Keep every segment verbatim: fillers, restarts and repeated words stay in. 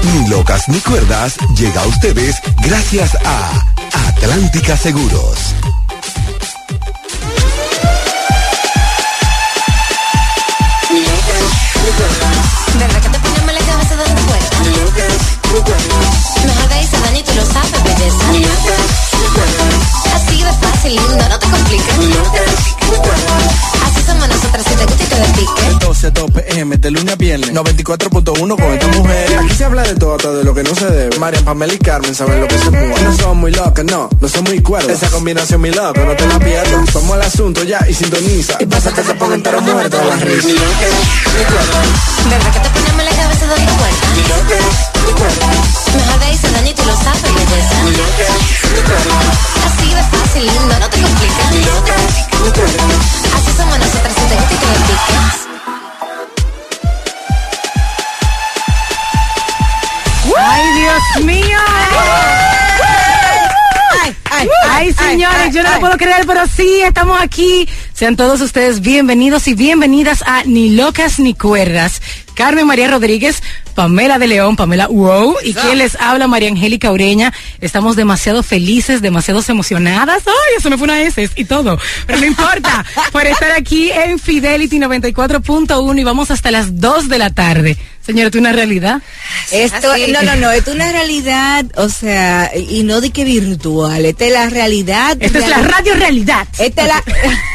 Ni locas ni cuerdas llega a ustedes gracias a Atlántica Seguros. ¿Verdad que te ponemos la cabeza dando vueltas? Mejor de ahí se daña y tú lo sabes, belleza. Así de fácil, lindo, no te compliques. Así somos nosotras, si te gusta y te despique. El doce, dos P M, de lunes a viernes, noventa y cuatro punto uno con esta mujer. Aquí se habla de todo, hasta de lo que no se debe. Marian, Pamela y Carmen saben lo que se mueve. No somos muy locas, no, no somos muy cuerdas. Esa combinación, mi loco, no te la pierdas. Vamos al asunto ya y sintoniza. Y pasa que se pongan entero muertos a la risa. ¿Verdad que te ponemos la cabeza dando vueltas? Mejor de ahí se daña y tú lo sabes, belleza. Así de fácil, lindo, no te compliques. Así somos nosotras, si te gusta y te despiques. ¡Ay, Dios mío! Ay, ay, ay, señores, ay, yo no ay. lo puedo creer, pero sí, estamos aquí. Sean todos ustedes bienvenidos y bienvenidas a Ni Locas Ni Cuerdas. Carmen María Rodríguez, Pamela de León, Pamela Wow, y quien les habla, María Angélica Ureña. Estamos demasiado felices, demasiado emocionadas. Ay, eso me fue una S y todo, pero no importa, por estar aquí en Fidelity noventa y cuatro punto uno y vamos hasta las dos de la tarde. Señora, ¿esto es una realidad? Esto, no, no, no, esto es una realidad, o sea, y no di que virtual, esta es la realidad. Esta es la radio realidad. Esta es la...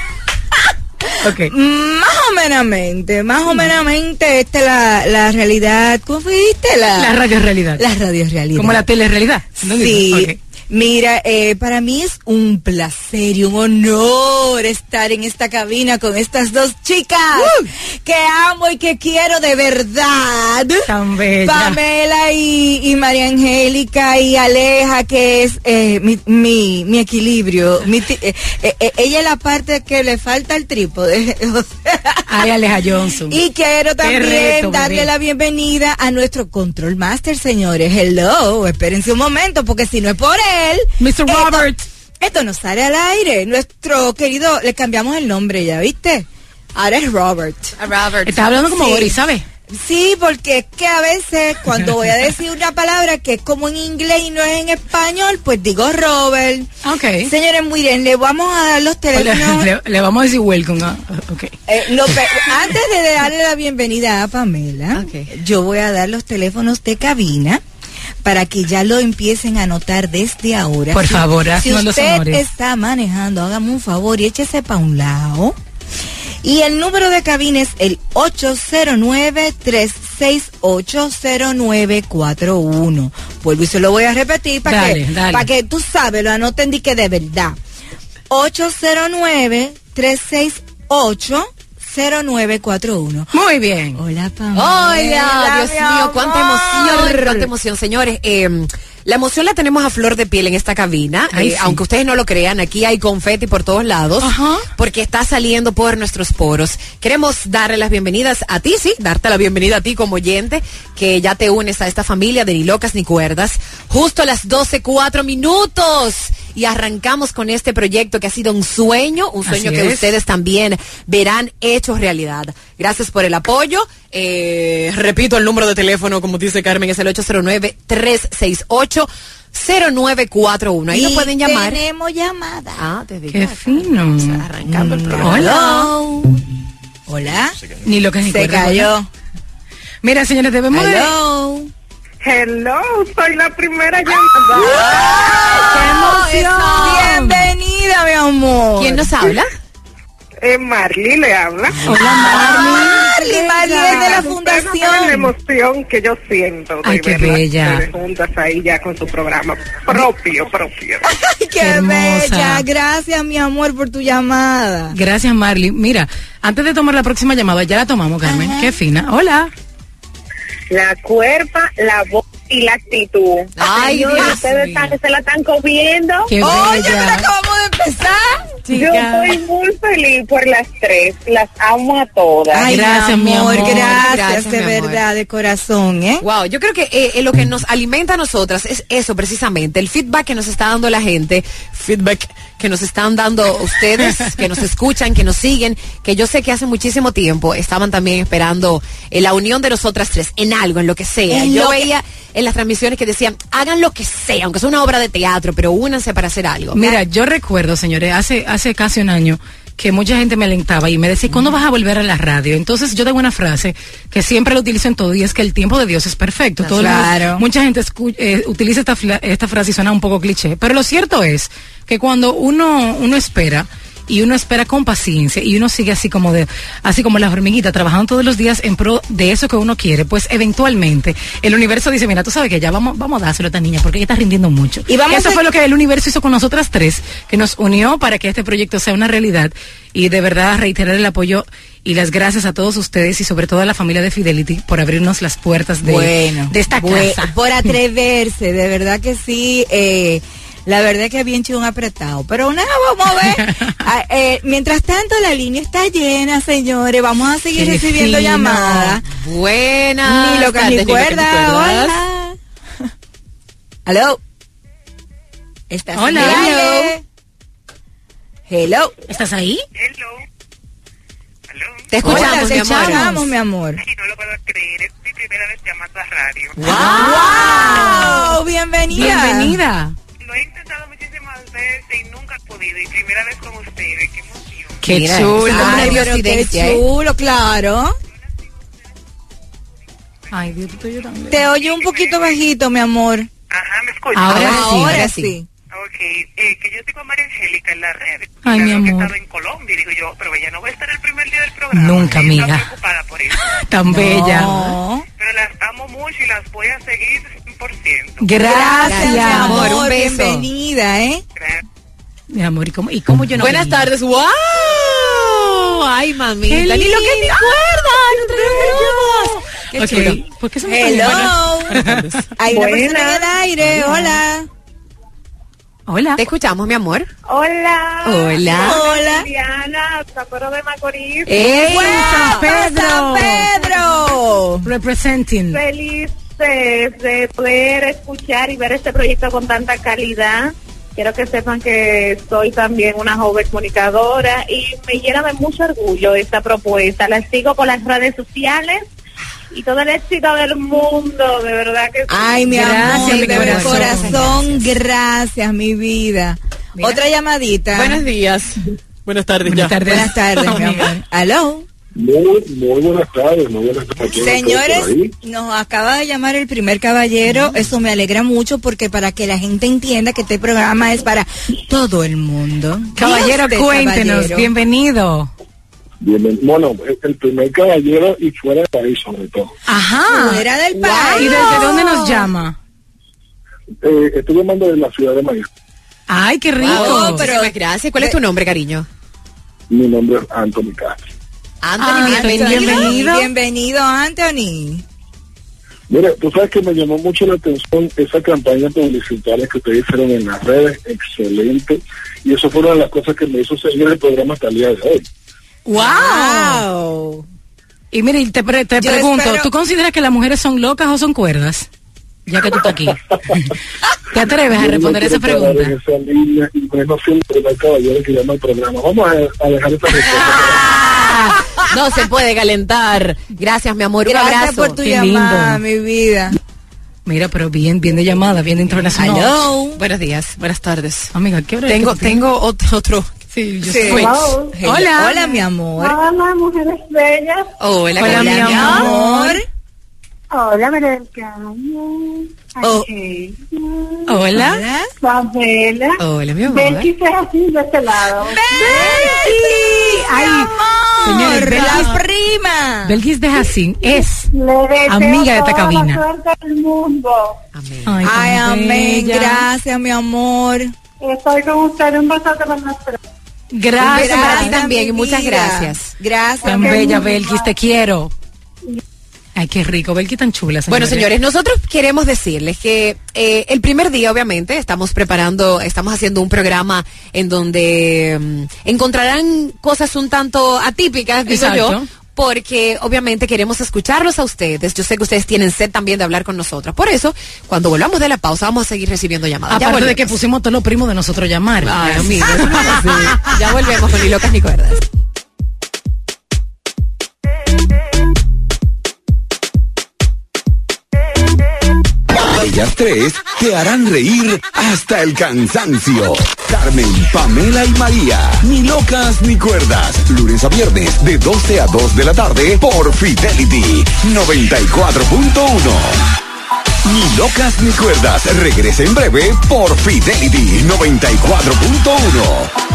Okay. Más o menamente, más o menamente esta es la, la realidad. ¿Cómo fuiste? La, la radio realidad. La radio realidad. Como la tele realidad. Sí. Okay. Mira, eh, para mí es un placer y un honor estar en esta cabina con estas dos chicas uh, que amo y que quiero de verdad. Tan bella. Pamela y, y María Angélica y Aleja, que es eh, mi, mi, mi equilibrio. Mi eh, eh, ella es la parte que le falta el trípode. O sea, ay, Aleja Johnson. Y quiero también reto, darle bebé. la bienvenida a nuestro Control Master, señores. Hello, espérense un momento, porque si no es por él, mister Robert. Esto, esto no sale al aire. Nuestro querido, le cambiamos el nombre ya, ¿viste? Ahora es Robert. A Robert. Estás hablando como sí. Boris, ¿sabes? Sí, porque es que a veces cuando voy a decir una palabra que es como en inglés y no es en español, pues digo Robert. Ok. Señores, muy bien, le vamos a dar los teléfonos. Le, le, le vamos a decir welcome. Uh, ok. Eh, no, antes de darle la bienvenida a Pamela, okay. yo voy a dar los teléfonos de cabina para que ya lo empiecen a anotar desde ahora. Por favor, si usted está manejando, hágame un favor y échese para un lado. Y el número de cabina es el ocho cero nueve, tres seis ocho, cero nueve cuatro uno. Vuelvo y se lo voy a repetir para que, para que tú sabes, lo anoten y que de verdad. ocho cero nueve, tres seis ocho, cero nueve cuatro uno. Muy bien. Hola, Pamela. Hola, Dios mío, cuánta emoción, cuánta emoción, señores. Eh, la emoción la tenemos a flor de piel en esta cabina. Ay, eh, sí. Aunque ustedes no lo crean, aquí hay confeti por todos lados. Ajá. Porque está saliendo por nuestros poros. Queremos darle las bienvenidas a ti, sí, darte la bienvenida a ti como oyente, que ya te unes a esta familia de Ni Locas Ni Cuerdas. Justo a las doce, cuatro minutos. Y arrancamos con este proyecto que ha sido un sueño, un sueño Así que es. ustedes también verán hecho realidad. Gracias por el apoyo. Eh, repito el número de teléfono, como dice Carmen, es el ocho cero nueve, tres seis ocho, cero nueve cuatro uno. Ahí y nos pueden llamar. Tenemos llamada. Ah, te digo. Qué fino. O sea, arrancando mm, el programa. Hola. Hola. Ni lo que ni Se cayó. Mira, señores, debemos Hello. de... Hello, soy la primera llamada. ¡Qué emoción! Bienvenida, mi amor. ¿Quién nos habla? Eh, Marley le habla. Hola, Marley. Marley es de la fundación. La emoción que yo siento. Ay, qué bella. De juntas ahí ya con su programa propio, propio. Ay, qué, qué bella. Gracias, mi amor, por tu llamada. Gracias, Marley. Mira, antes de tomar la próxima llamada, ya la tomamos, Carmen. Ajá. Qué fina. Hola. La cuerpa, la voz y la actitud. Ay, Dios, ustedes están, se la están comiendo. Qué Oye, bella. pero acabamos de empezar. Yo estoy muy feliz por las tres, las amo a todas. Ay, gracias, mi amor, mi amor. gracias, Gracias, de mi amor. verdad, de corazón, ¿eh? Wow, yo creo que eh, lo que nos alimenta a nosotras es eso precisamente, el feedback que nos está dando la gente, feedback que nos están dando ustedes, que nos escuchan, que nos siguen, que yo sé que hace muchísimo tiempo estaban también esperando eh, la unión de nosotras tres en algo, en lo que sea. En yo lo que- veía en las transmisiones que decían, hagan lo que sea, aunque sea una obra de teatro, pero únanse para hacer algo. Mira, yo recuerdo, señores, hace hace casi un año que mucha gente me alentaba y me decía, ¿cuándo vas a volver a la radio? Entonces yo tengo una frase que siempre la utilizo en todo y es que el tiempo de Dios es perfecto. Todo el mundo- Claro. mucha gente escu- eh, utiliza esta, fla- esta frase y suena un poco cliché, pero lo cierto es que cuando uno uno espera y uno espera con paciencia y uno sigue así como de así como las hormiguitas trabajando todos los días en pro de eso que uno quiere, pues eventualmente el universo dice, mira, tú sabes que ya vamos vamos a dárselo a esta niña porque ella está rindiendo mucho. Y vamos eso a- fue lo que el universo hizo con nosotras tres, que nos unió para que este proyecto sea una realidad y de verdad reiterar el apoyo y las gracias a todos ustedes y sobre todo a la familia de Fidelity por abrirnos las puertas de, Bueno, de esta bue- casa. por atreverse, de verdad que sí. Eh, la verdad es que bien chido un apretado. Pero nada, vamos a ver. Ah, eh, mientras tanto, la línea está llena, señores. Vamos a seguir Qué recibiendo fino. llamadas. Buenas Ni lo que tardes, ni ni lo que ni cuerda. cuerdas. Hola. Hello. ¿Estás Hola. en el aire? Hello. ¿Estás ahí? Hello. Hello. Te escuchamos, Hola, te mi amor. escuchamos, mi amor. Ay, no lo puedo creer, es mi primera vez llamando a radio. ¡Wow! Bienvenida. Bienvenida. Lo he intentado muchísimas veces y nunca he podido. Y primera vez con ustedes, qué emoción. Qué Mira, chulo. esa Ay, Una pero qué diosidencia, ¿eh? chulo, claro. Ay, Dios, tú también. Te oye un poquito bajito, mi amor. Ajá, ¿me escuchas? Ahora sí, Ahora ahora sí. sí. Ok, eh, que yo estoy con María Angélica en la red. Ay, Ya mi veo que amor. estaba en Colombia y digo yo, pero ella no va a estar el primer día del programa. Nunca, Y amiga. Está preocupada por eso. Tan bella. No. Pero las amo mucho y las voy a seguir cien por ciento. Gracias, mi amor, amor. un beso. Bienvenida, ¿eh? Gracias. Mi amor, ¿y cómo, y cómo yo no Buenas venía? tardes. ¡Wow! Ay, mamita. ¡Qué Ni lo que linda! ni cuerdas. No tenemos. Qué Ok, chulo. ¿por qué se me está Hello. Hay una Buenas. persona en el aire. Hola. Hola. Te escuchamos, mi amor. Hola. Hola. Hola. Diana, Socorro de Macorís. ¡Ey! San Pedro. San Pedro. Representing. Feliz de, de poder escuchar y ver este proyecto con tanta calidad. Quiero que sepan que soy también una joven comunicadora y me llena de mucho orgullo esta propuesta. La sigo por las redes sociales y todo el éxito del mundo, de verdad que sí. Ay, mi Gracias, amor, mi de corazón. corazón, gracias, mi vida. Mira. Otra llamadita. Buenos días. Buenas tardes. Buenas tardes. Buenas tardes, mi Amiga. amor. Aló. Muy, muy buenas tardes, muy buenas tardes. Señores, ¿Por ahí? nos acaba de llamar el primer caballero. Eso me alegra mucho porque para que la gente entienda que este programa es para todo el mundo. Caballero, Diga usted, cuéntenos. caballero. Bienvenido. Bienven- Bueno, el- el primer caballero y fuera del país sobre todo. Ajá. Fuera del ¿Y país. desde dónde nos llama? Eh, estoy llamando de la ciudad de Miami. Ay, qué rico. Oh, pero- Muchísimas gracias. ¿Cuál es tu nombre, cariño? Mi nombre es Anthony Castro. Anthony, Ah, bienvenido. bienvenido. Bienvenido, Anthony. Mira, tú sabes que me llamó mucho la atención esa campaña publicitaria que ustedes hicieron en las redes, excelente, y eso fue una de las cosas que me hizo seguir el programa hasta el día de hoy. Wow. Y mire, y te, pre- te Yo pregunto, espero- ¿tú consideras que las mujeres son locas o son cuerdas? Ya que tú estás aquí. ¿Te atreves a Yo no responder esa quiero parar pregunta? en esa línea y no soy el primer caballero que llama al programa. Vamos a, a dejar esta respuesta. Ah, no se puede calentar. Gracias, mi amor. Un Gracias abrazo. por tu Qué llamada, lindo. mi vida. Mira, pero bien, bien de llamada, bien de internacional. Hello. Buenos días, buenas tardes. Amiga, ¿qué hora es Tengo, que tú tienes? tengo otro, otro. Sí, yo Sí. sé. Hello. Hola. Hola, mi amor. Hola, mujeres bellas. Hola, Hola, mi cariño. amor. Hola, María del Carmen. Oh. Angélica, Hola. Hola. Pamela. Hola, mi amor. Belkis es así de este lado. ¡Belkis! Ay, señores, Amor, Belkis- la prima. Belkis de Jacín es Le deseo amiga de esta toda cabina. la suerte del mundo. Amén. Ay, tan Ay, amén. bella. Gracias, mi amor. Estoy con usted. Un besote para nuestra. Gracias, beso para ti Belkis. también, mi y muchas vida. gracias. Gracias, Tan mi bella, amor. Belkis, te quiero. Ay, qué rico, ver qué tan chula. Bueno, señores, nosotros queremos decirles que eh, el primer día, obviamente, estamos preparando, estamos haciendo un programa en donde um, encontrarán cosas un tanto atípicas, digo Exacto. yo, porque obviamente queremos escucharlos a ustedes. Yo sé que ustedes tienen sed también de hablar con nosotros. Por eso, cuando volvamos de la pausa, vamos a seguir recibiendo llamadas. Aparte de que pusimos todos los primos de nosotros llamar. Ay, amigo, sí. Ya volvemos con Ni Locas Ni Cuerdas. Ellas tres te harán reír hasta el cansancio. Carmen, Pamela y María. Ni locas ni cuerdas. Lunes a viernes de doce a dos de la tarde por Fidelity noventa y cuatro punto uno. Ni locas ni cuerdas. Regresa en breve por Fidelity noventa y cuatro punto uno.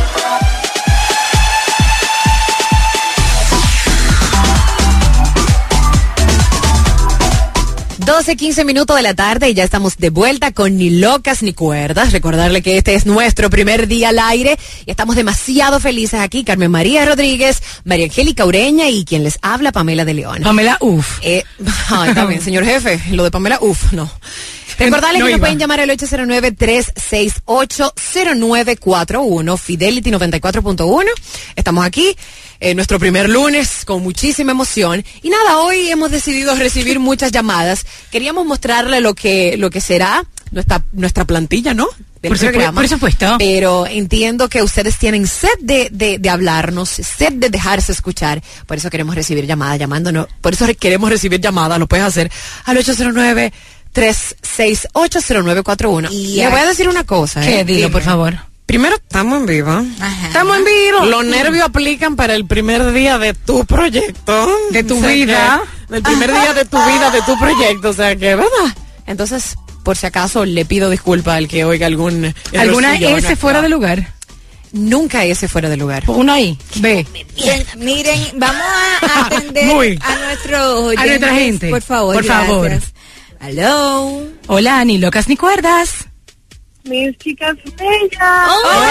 doce, quince minutos de la tarde y ya estamos de vuelta con Ni Locas Ni Cuerdas. Recordarle que este es nuestro primer día al aire y estamos demasiado felices aquí. Carmen María Rodríguez, María Angélica Ureña y quien les habla, Pamela de León. Pamela, uff. Eh, ay, también, señor jefe, lo de Pamela, uff, no. Recordarles no que iba. Nos pueden llamar al ocho cero nueve, tres seis ocho, cero nueve cuatro uno, Fidelity noventa y cuatro punto uno. Estamos aquí, eh, nuestro primer lunes, con muchísima emoción. Y nada, hoy hemos decidido recibir muchas llamadas. Queríamos mostrarle lo que, lo que será nuestra, nuestra plantilla, ¿no? Del por, programa. Por supuesto. Pero entiendo que ustedes tienen sed de, de, de hablarnos, sed de dejarse escuchar. Por eso queremos recibir llamadas, llamándonos. Por eso queremos recibir llamadas, lo puedes hacer al ocho cero nueve, tres seis ocho, cero nueve cuatro uno. Y le voy a decir una cosa. ¿Qué? ¿eh? Dilo, Dime. por favor. Primero, estamos en vivo. Ajá. Estamos en vivo. Los nervios aplican para el primer día de tu proyecto. De tu o sea vida. Que, del primer día de tu vida, de tu proyecto. O sea que, ¿verdad? Entonces, por si acaso, le pido disculpas al que oiga algún... ¿Alguna S fuera de lugar? Nunca S fuera de lugar. Una I, B. Miren, miren, vamos a atender Muy. a nuestro oyentes, a nuestra gente. Por favor, por gracias. favor. Hello. Hola, Ni Locas Ni Cuerdas. Mis chicas bellas.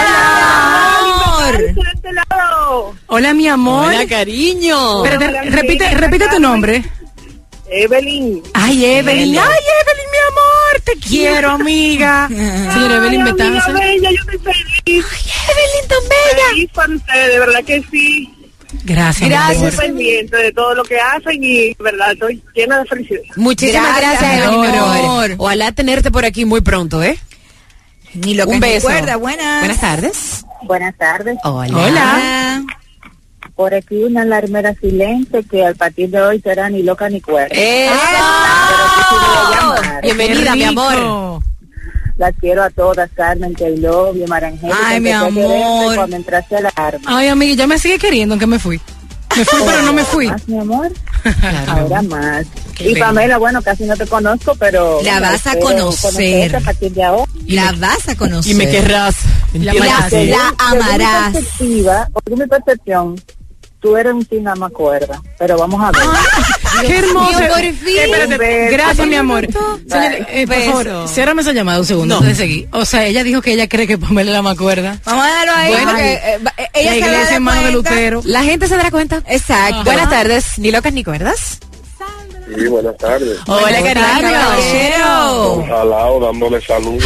Hola, amor. Hola, mi amor. Hola, cariño. Pero te, Hola, repite, amiga, repite tu Carmen. nombre. Evelyn. Ay, Evelyn. Hello. Ay, Evelyn, mi amor. Te quiero, amiga. Señora Evelyn Ay, amiga Betanzas. bella, yo estoy feliz. Ay, Evelyn tan bella. Feliz por ustedes, de verdad que sí. Gracias, Gracias. mi Estoy amor. pendiente de todo lo que hacen y, de verdad, estoy llena de felicidad. Muchísimas Gracias, gracias, Evelyn, mi amor. amor. Ojalá tenerte por aquí muy pronto, ¿eh? Ni Locas Un Ni beso. Cuerdas, buenas. Buenas tardes. Buenas tardes. Hola. Hola. Por aquí una alarmera silente que a partir de hoy será ni loca ni cuerda. ¡Eso! Pero sí sí voy a llamar. Bienvenida, Qué mi amor. rico. Las quiero a todas, Carmen, Taylor, María Angélica. Ay, mi empecé a quererte amor. Cuando entraste a la arma. Ay, amiga, ya me sigue queriendo, aunque me fui. Me fui, pero no me fui. Más, mi amor. Claro. Ahora más. Qué Y bello. Pamela, bueno, casi no te conozco, pero... La vas a espero conocer. conocerte a partir de ahora. La vas a conocer. Y me querrás. La Entiendo amarás. que sí. La amarás. Según mi perspectiva, o según mi percepción, tú eres un sin amacuerda, pero vamos a ver. Qué hermoso. mío, por fin. Espérate, Un beso. gracias, mi amor. Bye. Señor, eh, por Beso. favor, ciérrame esa llamada un segundo No. antes de seguir. O sea, ella dijo que ella cree que Pamela la me acuerda. Vamos a dejarlo ahí. Bueno, porque, eh, va- eh, ella La se va a iglesia dar en mano de cuenta. Lutero. La gente se dará cuenta. Exacto. Buenas tardes, ni locas ni cuerdas. Sí, buenas tardes. Hola, cariño. caballero. Don Jalao dándole saludos.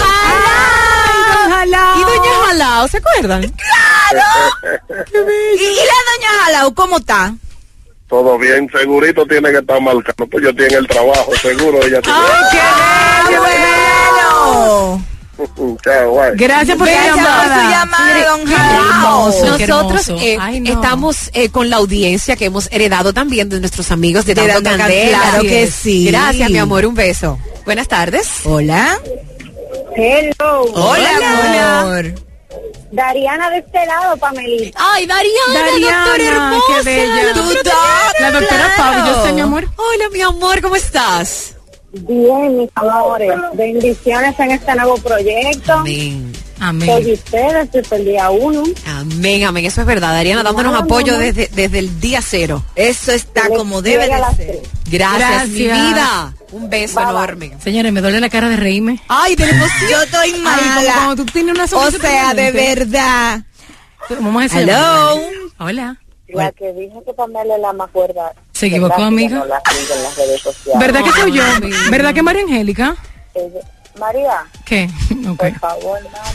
Ojalá. Y doña Jalao, ¿se acuerdan? ¿Y, y la doña Jalau cómo está? Todo bien, segurito tiene que estar marcando. Pues yo estoy en el trabajo, seguro ella tiene. ¡Qué bueno! Chao, guay. Gracias por Gracias la por llamada. su llamada, don Jalao. hermoso. Qué Nosotros hermoso. eh, Ay, no. estamos eh, con la audiencia que hemos heredado también de nuestros amigos de, De Dando Dando Candela. Candela, claro Así que es. sí. Gracias, mi amor, un beso. Buenas tardes. Hola. Hello. Hola, Hola. amor. Dariana de este lado, Pamelita. Ay, Dariana, doctora Dariana, hermosa. qué bella. la Tu doctora doc, La doctora claro. Pau, yo sé, mi amor. Hola, mi amor, ¿cómo estás? Bien, mis amores. Bendiciones en este nuevo proyecto. Amén. Soy Amén. ustedes desde el día uno. Amén, amén. Eso es verdad, Dariana, dándonos Wow, apoyo mamá. desde, desde el día cero. Eso está como debe Llega a de las ser. tres. Gracias, mi Gracias. vida. Un beso Bye, bye. enorme. Señores, me duele la cara de reírme. Ay, de emoción. Yo estoy Ay, como mala. cuando tú tienes una O sonrisa sea, de permanente. verdad. Vamos a decir. Hello. Hola. La que dijo que Pamela es la más cuerda Se equivocó, amiga. No la sigo en las redes sociales. ¿Verdad que soy yo? ¿Verdad que María Angélica? Eh, María, ¿Qué? Okay. por favor, mamá.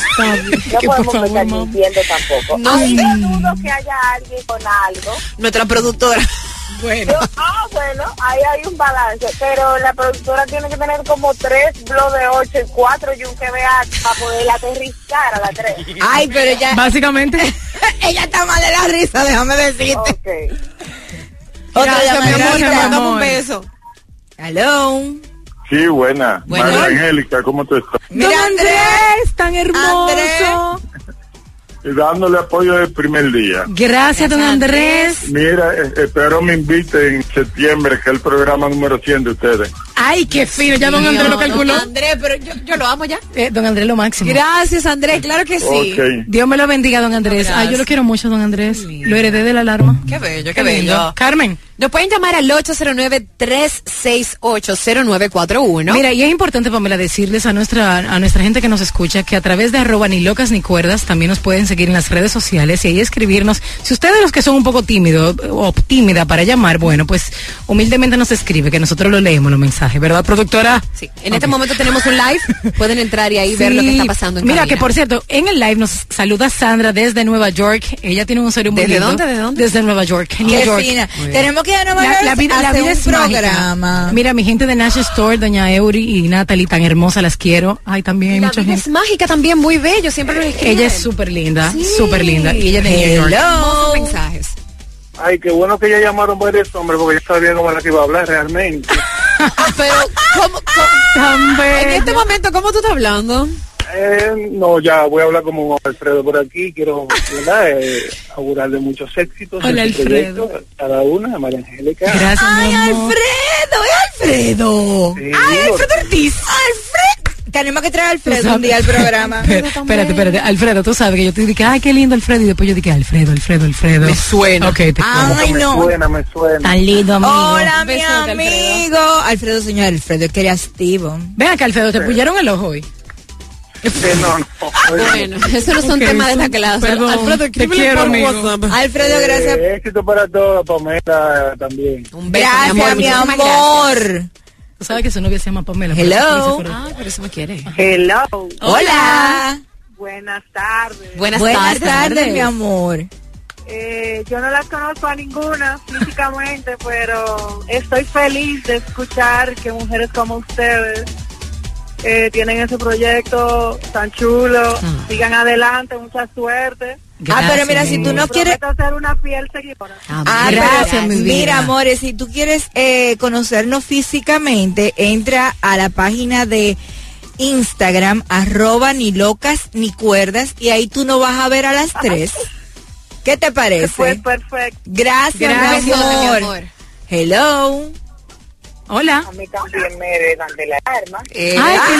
No podemos estar mintiendo tampoco. No, Ay, sí. no dudo que haya alguien con algo. Nuestra productora. Bueno. Yo, ah, bueno, ahí hay un balance, pero la productora tiene que tener como tres blogs de ocho y cuatro y un que vea para poder aterrizar a las tres. Ay, pero ella, Básicamente. ella está mal de la risa, déjame decirte. Ok. Otra Gracias, mi amor, llamadita. te mi mandamos amor. un beso. Hello. Sí, buena. Buena. María Angélica, ¿cómo tú estás? Don Mira, Andrés, tan hermoso. Andrés. Y dándole apoyo desde el primer día. Gracias, don Andrés. Mira, eh, espero me invite en septiembre, que es el programa número cien de ustedes. Ay, qué fino, ya don Andrés lo calculó. Don Andrés, pero yo, yo lo amo ya. Eh, don Andrés lo máximo. Gracias, Andrés, claro que sí. Ok. Dios me lo bendiga, don Andrés. Gracias. Ay, yo lo quiero mucho, don Andrés. Lo heredé de la alarma. Qué bello, Qué bello. Carmen. Nos pueden llamar al ocho cero nueve, tres seis ocho, cero nueve cuatro uno. Mira, y es importante, Pamela, decirles a nuestra a nuestra gente que nos escucha que a través de arroba ni locas ni cuerdas también nos pueden seguir en las redes sociales y ahí escribirnos. Si ustedes los que son un poco tímidos o tímida para llamar, bueno, pues humildemente nos escribe, que nosotros lo leemos los mensajes, ¿verdad, productora? Sí, en Ok. este momento tenemos un live. Pueden entrar y ahí ver lo que Sí. está pasando en Mira, cabina. que por cierto, en el live nos saluda Sandra desde Nueva York. Ella tiene un usuario muy ¿Desde lindo. dónde? ¿Desde dónde? Desde Nueva York, New Qué York. fina. Tenemos que ir a Nueva La, York la vida, a la hacer vida un es mágica. programa. Mira, mi gente de Nash Store, doña Eury y Natalie, tan hermosa, las quiero. Ay, también hay La mucha vida gente. es mágica también, muy bello, siempre lo escriben. Ella es súper linda, Sí. súper linda. Y ella es de New York. Hermosos mensajes. Ay, qué bueno que ya llamaron varios hombres, porque yo sabía cómo era que iba a hablar realmente. Pero, ¿cómo, cómo- Tan en bella. este momento, ¿cómo tú estás hablando? Eh, no, ya voy a hablar como un Alfredo por aquí. Quiero, ¿verdad? Eh, augurarle muchos éxitos. Hola, en su Alfredo. proyecto, Cada una, María Angélica. Gracias, Ay, mi amor. Alfredo, es Alfredo. Sí, Ay, digo, Alfredo Ortiz. Alfredo. Tenemos que traer a Tú Alfredo sabes- un día al programa. Espera- Espérate, espérate. Alfredo, tú sabes que yo te dije, ay, qué lindo Alfredo. Y después yo dije, Alfredo, Alfredo, Alfredo. Me suena. Ok, te Ay, me no. suena, me suena. Tan lindo, amigo. Hola, Un mi besote, Alfredo. amigo. Alfredo, señor Alfredo, es creativo. Ven acá, Alfredo, te pullaron el ojo hoy. Eh, no, no. Bueno, eso no son Ok, temas de esta son- clase. perdón, Alfredo, te escríbele quiero, por amigo. WhatsApp. Alfredo, gracias. Eh, éxito para todos, Pamela también. Un beso, Gracias, mi muchísimas amor. gracias. Tú sabes que su novia se llama Pamela. por Hello. eso tú dices por ahí. Ay, por eso me quiere. Hello. Hola. Buenas tardes. Buenas, Buenas tardes. tardes, mi amor. Eh, yo no las conozco a ninguna físicamente, pero estoy feliz de escuchar que mujeres como ustedes eh, tienen ese proyecto tan chulo. Ah. Sigan adelante, mucha suerte. Ah, pero mira, si tú no quieres... Prometo ser una fiel seguidora. Ah, Gracias, pero, mi vida. mira, amores, si tú quieres eh, conocernos físicamente, entra a la página de Instagram, arroba ni locas ni cuerdas, y ahí tú nos vas a ver a las tres. ¿Qué te parece? Fue perfecto. Gracias, Gracias, mi amor. mi amor. Hello. Hola. A mí también me heredan de la arma. Eh, Ay, qué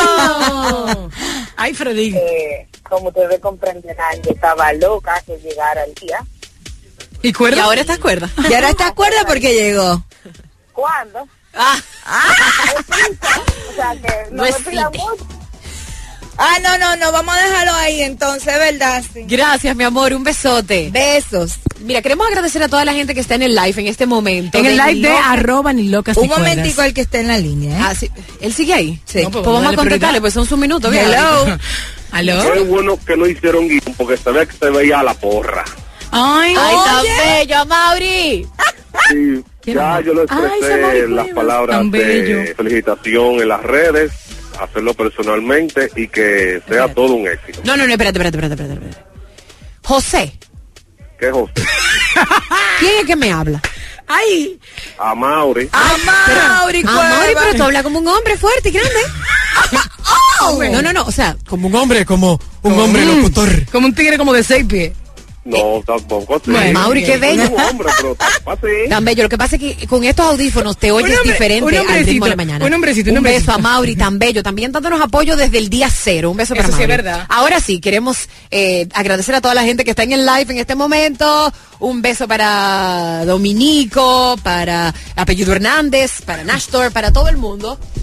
lindo. Ay, Freddy. Eh, como ustedes comprenderán, yo estaba loca que llegara el día. ¿Y ¿Y cuerda? ahora te acuerdas? ¿Y ahora te acuerdas porque llegó? ¿Cuándo? Ah, O sea que no, No me es pidan cita. mucho. Ah, no, no, no, vamos a dejarlo ahí entonces, ¿verdad? Sí. gracias, mi amor. Un besote. Besos. Mira, queremos agradecer a toda la gente que está en el live en este momento. En el live de Loca- arroba ni locas ni Un cuerdas. momentico el que esté en la línea, ¿eh? Ah, sí. ¿Él sigue ahí? Sí. No, Pues Vamos a vamos a darle contestarle, prioridad. pues son sus minutos. bien. Hello. ¿Aló? Qué bueno que no hicieron guión, porque se ve que se veía a la porra. Ay, Ay, tan Oye. bello, Mauri. Sí, Qué ya lindo. yo le Ay, se expresé marihuana. las palabras Tan bello. de felicitación en las redes, hacerlo personalmente y que sea todo un éxito. No, no, no, espérate, espérate, espérate, espérate. espérate. José, ¿Qué, José? ¿quién es que me habla? ay. A Mauri. A Mauri Ah, Mauri, Cueva. pero tú hablas como un hombre fuerte y grande. Oh. No, no, no, o sea, Como un hombre, como un hombre Mm, locutor. Como un tigre como de seis pies. No, tampoco. Sí. Bueno, Mauri, qué bello. Es un hombre, pero tampoco así. tan bello. Lo que pasa es que con estos audífonos te oyes hombre- diferente un al hombrecito, ritmo de la mañana. un hombrecito, un Un beso hombrecito. a Mauri, tan bello. También dándonos apoyo desde el día cero. Un beso para Eso sí es Mauri. verdad. Ahora sí, queremos eh, agradecer a toda la gente que está en el live en este momento. Un beso para Dominico, para Apellido Hernández, para Nashtor, para todo el mundo.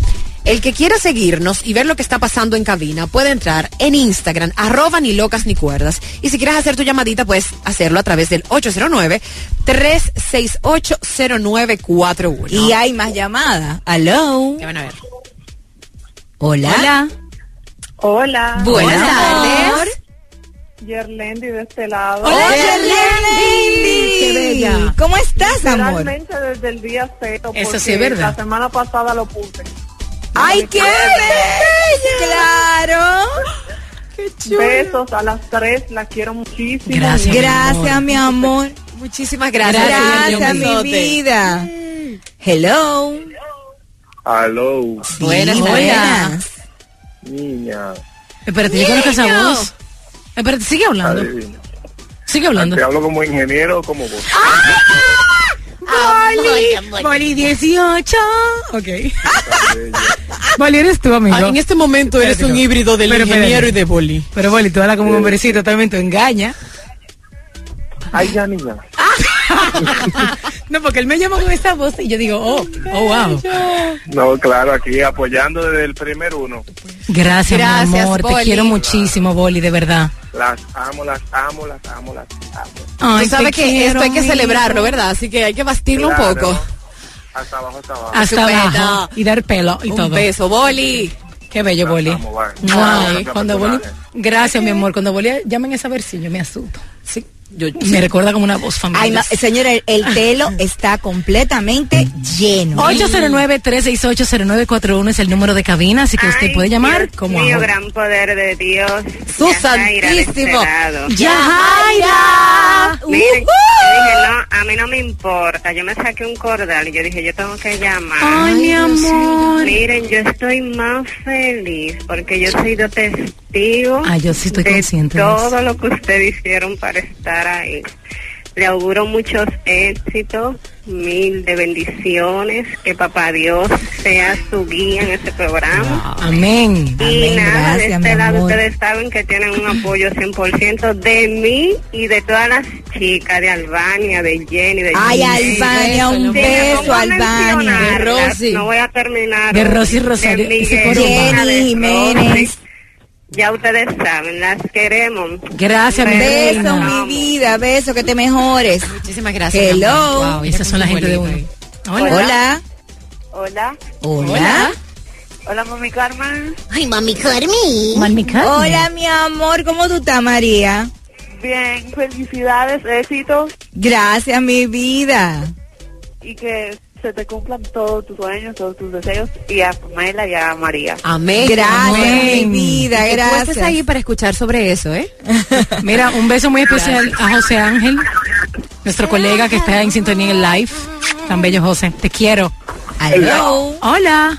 El que quiera seguirnos y ver lo que está pasando en cabina puede entrar en Instagram, arroba ni locas ni cuerdas. Y si quieres hacer tu llamadita, puedes hacerlo a través del ocho cero nueve, tres seis ocho, cero nueve cuatro uno. Y hay más llamadas. Aló. ¿Qué van a ver? Hola. Hola. Hola. Buenas tardes. Yerlendi de este lado. Hola, Yerlendi. Qué bella. ¿Cómo estás, amor? Realmente desde el día cero. Eso sí es verdad. La semana pasada lo puse. ¡Ay, qué bella! ¡Claro! Qué chulo. Besos a las tres, las quiero muchísimo. Gracias. Gracias, mi amor. Muchísimas gracias. Gracias, mi vida. Hello. Aló, Sí, Buenas, buenas. niña. Espérate, yo conozco esa voz. Espérate, sigue hablando. Adivina. Sigue hablando. ¿Te hablo como ingeniero o como vos? Boli, Boli dieciocho. Ok. Boli, eres tú, amigo. Ah, en este momento eres Espérate, un no. híbrido del Pero, ingeniero espérate. y de Boli. Pero Boli, tú hablas como un hombrecito, también tú engañas. Ay, ya, niña. No, porque él me llama con esa voz y yo digo, oh, oh, wow. No, claro, aquí apoyando desde el primer uno. Gracias, Gracias, mi amor. Boli. Te quiero muchísimo, Boli, de verdad. Las amo, las amo, las amo, las amo. Ay, Tú sabes te que quiero, esto hay que amigo. celebrarlo, ¿verdad? Así que hay que bastirlo Claro. un poco. Hasta abajo, hasta abajo. Hasta Chupeta. abajo. Y dar pelo y Un todo. beso, Boli. Qué bello, Boli. Vamos, vale. Ay, Gracias, cuando Boli... personaje. Gracias, mi amor. Cuando Boli llamen esa versión, yo me asusto. Sí, yo, Me recuerda como una voz Ay, familiar. ma- señora, el, el telo está completamente lleno. ocho cero nueve, tres seis ocho, cero nueve cuatro uno es el número de cabina, así que usted puede llamar como mío, ahora. gran poder de Dios. Su Yajaira de este santísimo. lado. ¡Yajaira! Miren, yo dije, no, a mí no me importa. Yo me saqué un cordal y yo dije, yo tengo que llamar. Ay, mi amor. Miren, yo estoy más feliz porque yo soy de testigo Ah, yo sí estoy de consciente de todo eso. lo que ustedes hicieron para estar ahí. Le auguro muchos éxitos, mil de bendiciones, que papá Dios sea su guía en este programa. Amén. Y Amén, nada, gracias, de mi este lado amor. ustedes saben que tienen un apoyo cien por ciento de mí y de todas las chicas de Albania, de Jenny, de Ay, Jenny. Albania, un Si me beso, pongo a Albania. mencionarlas, De Rosy. No voy a terminar. De hoy. Rosy Rosario, De ese Miguel, coro Jenny de Jiménez. Rosy. Ya ustedes saben, las queremos. Gracias, mi Beso, reina. mi vida, beso, que te mejores. Muchísimas gracias. Hello. mi amor. Wow, Esas son la gente de uno. Hola. Hola. Hola. Hola. Hola, mami Carmen. Ay, mami Carmi. Mami Carmen. Hola, mi amor, ¿cómo tú estás, María? Bien, felicidades, éxitos Gracias, mi vida. y que se te cumplan todos tus sueños, todos tus deseos y a Pamela y a María. Amén. Gracias, Amén. mi vida, Y que tú estés gracias. ahí para escuchar sobre eso, ¿eh? Mira, un beso muy especial a José Ángel, nuestro colega que está en sintonía en el live. Tan bello, José. Te quiero. Hello. Hola.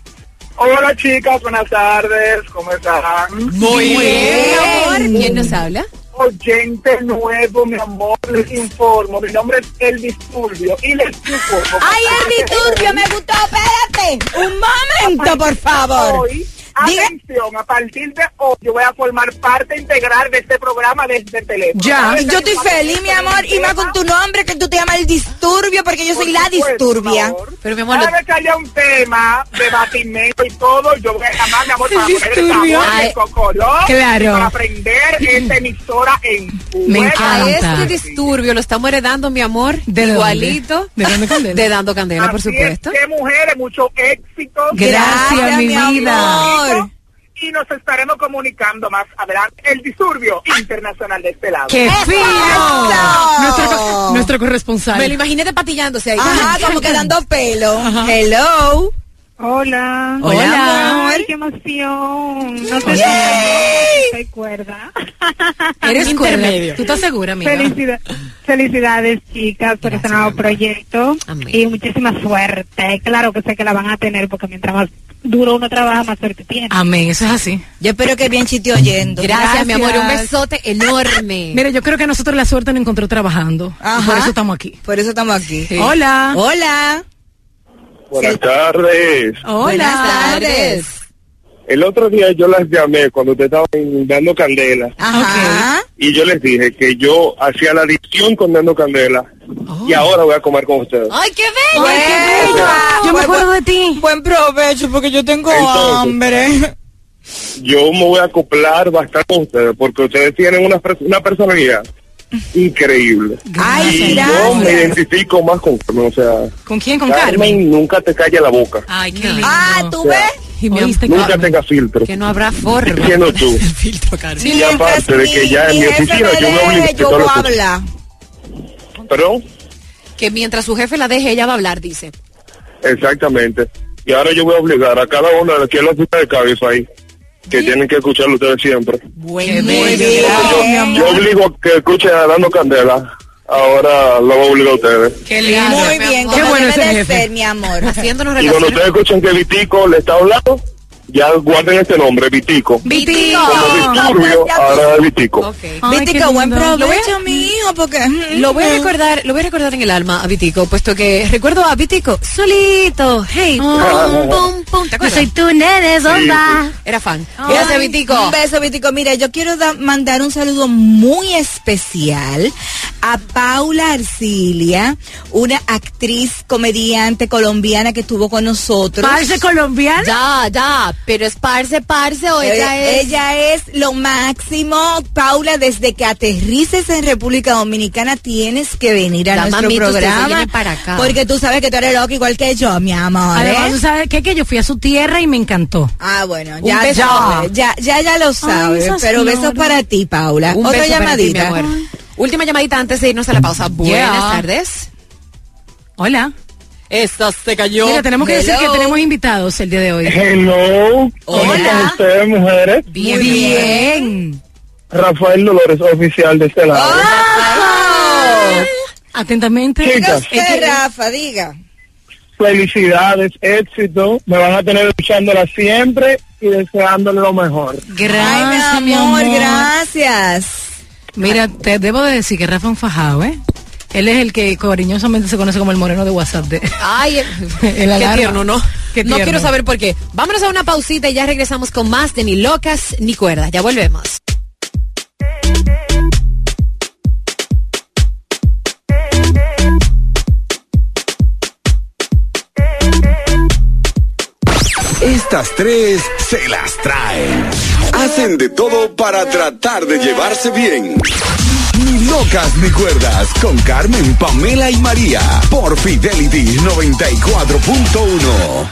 Hola, chicas, buenas tardes. ¿Cómo están? Muy bien, amor. ¿Quién nos habla? Oyente nuevo, mi amor, les informo. Mi nombre es El Disturbio y les informo. Ay, el disturbio, me gustó, espérate. Un momento, por favor. Hoy, Diga- atención, a partir de hoy yo voy a formar parte integral de este programa desde el teléfono. Ya. ¿Sabes? Yo estoy feliz, mi amor, y más con tu nombre, que tú te llamas el disturbio, porque yo soy la disturbia. Pero, mi amor, Cada lo- vez que haya un tema de batimiento y todo, yo voy a llamar, mi amor, para poner el Disturbio. sabor, Ay, el cocolón, claro. para aprender esta emisora en Me fuego. a encanta. este disturbio lo estamos heredando, mi amor, ¿De dónde? igualito. ¿De Dando Candela? De Dando Candela, por Así supuesto. es que, mujeres, mucho éxito. Gracias, mi vida. amor. Y nos estaremos comunicando más adelante. El Disturbio Internacional de este lado. ¡Qué fino! Eso. Nuestro, co- nuestro corresponsal. Me lo imaginé depatillándose ahí. Ajá, como que dando pelo. Hello. Hola. Hola. amor. Ay, qué emoción. No te Yay. estoy cuerda. Eres cuerda. Intermedio. ¿Tú estás segura, amiga? Felicidad- felicidades, chicas, por este nuevo proyecto. Amén. Y muchísima suerte. Claro que sé que la van a tener porque mientras más duro uno trabaja, más suerte tiene. Amén, eso es así. Yo espero que bien chiste oyendo. Gracias, mi amor. Un Gracias. besote enorme. Mira, yo creo que a nosotros la suerte nos encontró trabajando. Ajá. Por eso estamos aquí. Por eso estamos aquí. Hola. Hola. Buenas tardes. Hola. Buenas tardes. El otro día yo las llamé cuando ustedes estaban dando candela. Ajá. Y yo les dije que yo hacía la adicción con dando candela. Oh. Y ahora voy a comer con ustedes. ¡Ay, qué bello! ¡Ay, qué bello! Yo me acuerdo de ti. Buen provecho, porque yo tengo Entonces, hambre. Yo me voy a acoplar bastante con ustedes, porque ustedes tienen una, una personalidad increíble. Ay, y gracias. yo me identifico más con Carmen, o sea... ¿Con quién? ¿Con Carmen? Carmen? Nunca te calla la boca. Ay, qué lindo. Ah, ¿tú ves? Y me oíste, Nunca Carmen. tenga filtro. Que no habrá forma. Siendo tú. filtro, Carmen. Y aparte de que ya en mi oficina yo me obligo que yo todo voy lo a que- hablar. ¿Perdón? Que mientras su jefe la deje, ella va a hablar, dice. Exactamente. Y ahora yo voy a obligar a cada uno de aquí en la oficina de Cabify que tienen que escucharlo ustedes siempre. Bueno, Muy bien. Yo, yo obligo a que escuchen a Dando Candela. Ahora lo voy a obligar a ustedes. Qué lindo. Muy bien, Qué como bueno debe ese de jefe. ser, mi amor. Haciéndonos Y cuando relaciones. ustedes escuchan que Vitico le está hablando, ya guarden este nombre, Vitico. Vitico. Como Disturbio, ahora es Vitico. Ok. Ay, Viste qué que buen lindo. provecho, mi hijo, porque... Lo voy a recordar, lo voy a recordar en el alma a Vitico, puesto que recuerdo a Vitico solito. Hey, pum, pum, pum. ¿Te Yo acuerdas? soy tu nene bomba. Era fan. Ay, Gracias, Vitico. Un beso, Vitico. Mira, yo quiero da- mandar un saludo muy especial a Paula Arcilia, una actriz comediante colombiana que estuvo con nosotros. ¿Parce colombiano? Ya, ya, pero es parce, parce o Eh, ella es... ella es lo máximo. Paula, desde que aterrices en República Dominicana tienes que venir a Ya, nuestro mamita, usted se programa. viene para acá. Porque tú sabes que tú eres loca igual que yo, mi amor. Además, ¿eh? ¿tú sabes qué? Que yo fui a su tierra y me encantó. Ah, bueno, Un ya, beso. ya, ya, ya, ya lo sabes. esas Pero besos flores. para ti, Paula. Un Otra beso para ti, mi llamadita. amor. Última llamadita antes de irnos a la pausa. Buenas Yeah. tardes. Hola. Esta se cayó. Mira, tenemos que decir Hello. que tenemos invitados el día de hoy. Hello. ¿Cómo Hola. están ustedes, mujeres? Bien, Muy bien. bien. Rafael Dolores, oficial de este lado. ¡Oh! Atentamente. Diga Chicas. usted, Rafa, diga. Felicidades, éxito. Me van a tener luchándola siempre y deseándole lo mejor. Gracias, Ay, mi amor, gracias. Mira, te debo de decir que Rafa es un fajado, ¿eh? Él es el que cariñosamente se conoce como el moreno de WhatsApp. De... Ay, eh, El qué alarma. tierno, ¿no? Qué No tierno. quiero saber por qué. Vámonos a una pausita y ya regresamos con más de Ni Locas Ni Cuerdas. Ya volvemos. Estas tres se las traen. Hacen de todo para tratar de llevarse bien. Ni locas ni cuerdas con Carmen, Pamela y María por Fidelity noventa y cuatro punto uno.